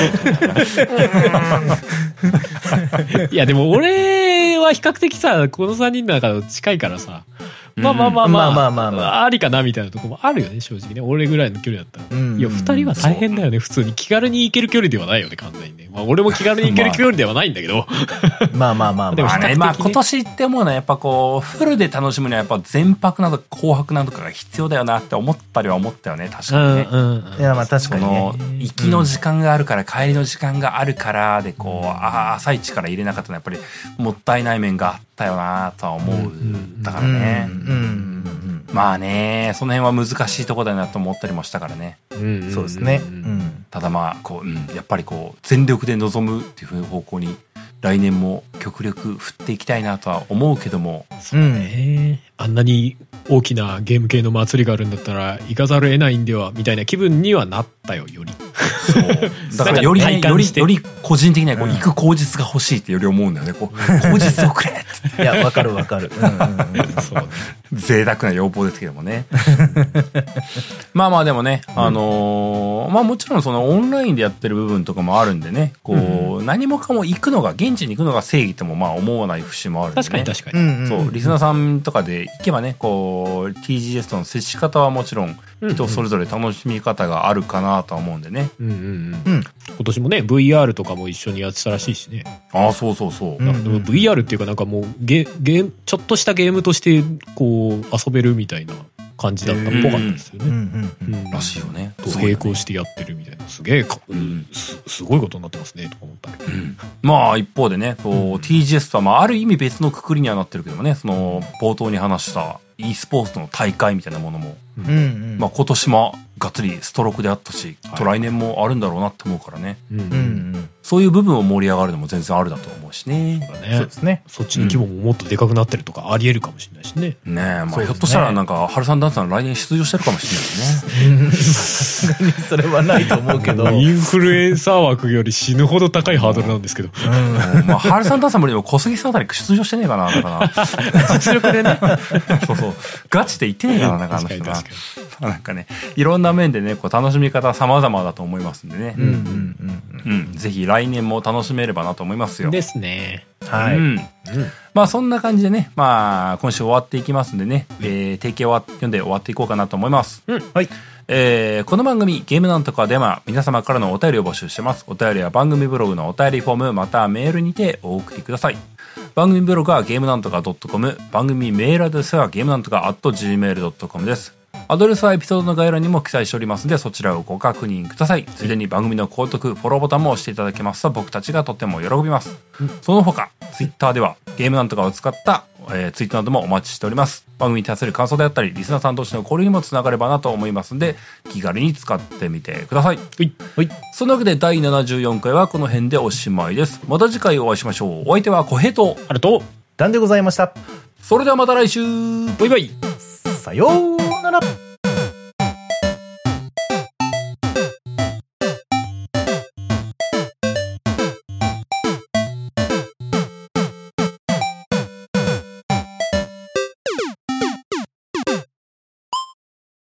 いな。 いやでも俺は比較的さこのさんにんの中で近いからさ、まあまあまあまあ、まあまあまあ、ありかなみたいなところもあるよね、正直ね。俺ぐらいの距離だったら。うんうんうん、いや、二人は大変だよね、普通に。気軽に行ける距離ではないよね、完全にね。まあ、俺も気軽に行ける距離ではないんだけど。 まあまあまあまあ。 でも、ね、まあ今年って思うのはやっぱこう、フルで楽しむにはやっぱ全泊など紅白などかが必要だよなって思ったりは思ったよね、確かにね。 うんうん、いや、まあ確かに、ね。 その、行きの時間があるから、帰りの時間があるからで、こう、ああ、朝一から入れなかったのはやっぱりもったいない面があったよなとは思う。だからね。うんうんうんまあね、その辺は難しいところだなと思ったりもしたからね。 うんうんうん、そうですね。うん、 ただまあこう、うん、やっぱりこう全力で臨むっていう方向に来年も極力振っていきたいなとは思うけども。 そうね。あんなに大きなゲーム系の祭りがあるんだったら行かざるを得ないんではみたいな気分にはなったよ、より。 そうだからよりね、よりより個人的にはこう、うん、行く口実が欲しいってより思うんだよね。こう口実をくれって。 いやわかるわかる。うんうんうん、 そうね。贅沢な要望ですけどもね。まあまあでもね、あのー、まあもちろんそのオンラインでやってる部分とかもあるんでね、こう、うん、何もかも行くのが現地に行くのが正義ともまあ思わない節もあるんでね。 確かに確かに。 そうリスナーさんとかで行けばね、こう ティージーエス との接し方はもちろん人それぞれ楽しみ方があるかなとは思うんでね。 うんうんうん。うん、今年もね ブイアール とかも一緒にやってたらしいしね。 ああそうそうそう。 なんかでも ブイアール っていうかなんかもうゲゲーちょっとしたゲームとしてこう遊べるみたいな感じだったっぽかったですよね。 らしいよね。 と並行してやってるみたいなすげえか、うん、す, すごいことになってますねとか思ったけど、うん、まあ一方でねこう、うん、ティージーエス とはまあある意味別のくくりにはなってるけどもねその冒頭に話した e スポーツの大会みたいなものも、うんうん、まあ今年もがっつりストロークであったし、はい、と来年もあるんだろうなって思うからね、うんうん、そういう部分を盛り上がるのも全然あるだと思うしね。 そうだね。そうですね。そっちの規模ももっとでかくなってるとかありえるかもしれないしね。 ねえ、まあひょっとしたらなんかハルさんダンさん来年出場してるかもしれないね。 さすがにそれはないと思うけど。 インフルエンサー枠より死ぬほど高いハードルなんですけど。うん、 まあハルさんダンさんもでも小杉さんあたり出場してねえかなだから実力でね。そうそうガチで言ってねえかななんかあの人な。なんかねいろんな面でねこう楽しみ方は様々だと思いますんでね。うんうんうんうん。ぜひ来年も楽しめればなと思いますよ。 ですね。 はい。うん。 まあそんな感じでね、まあ今週終わっていきますんでね、えー、定型を読んで終わっていこうかなと思います。うん。はい。えー、この番組ゲームなんとかでは皆様からのお便りを募集してます。お便りは番組ブログのお便りフォームまたはメールにてお送りください。番組ブログはゲームなんとか .com、 番組メールアドレスはゲームなんとか アットジーメールドットコム です。アドレスはエピソードの概要欄にも記載しておりますのでそちらをご確認ください。ついでに番組の購読フォローボタンも押していただけますと僕たちがとても喜びます。うん、その他ツイッターではゲームなんとかを使った、えー、ツイートなどもお待ちしております。番組に対する感想であったりリスナーさん同士の交流にもつながればなと思いますので気軽に使ってみてください。はいはい、そのわけでだいななじゅうよんかいはこの辺でおしまいです。また次回お会いしましょう。お相手は小平とあるとダンでございました。 それではまた来週。 バイバイ。 さようなら。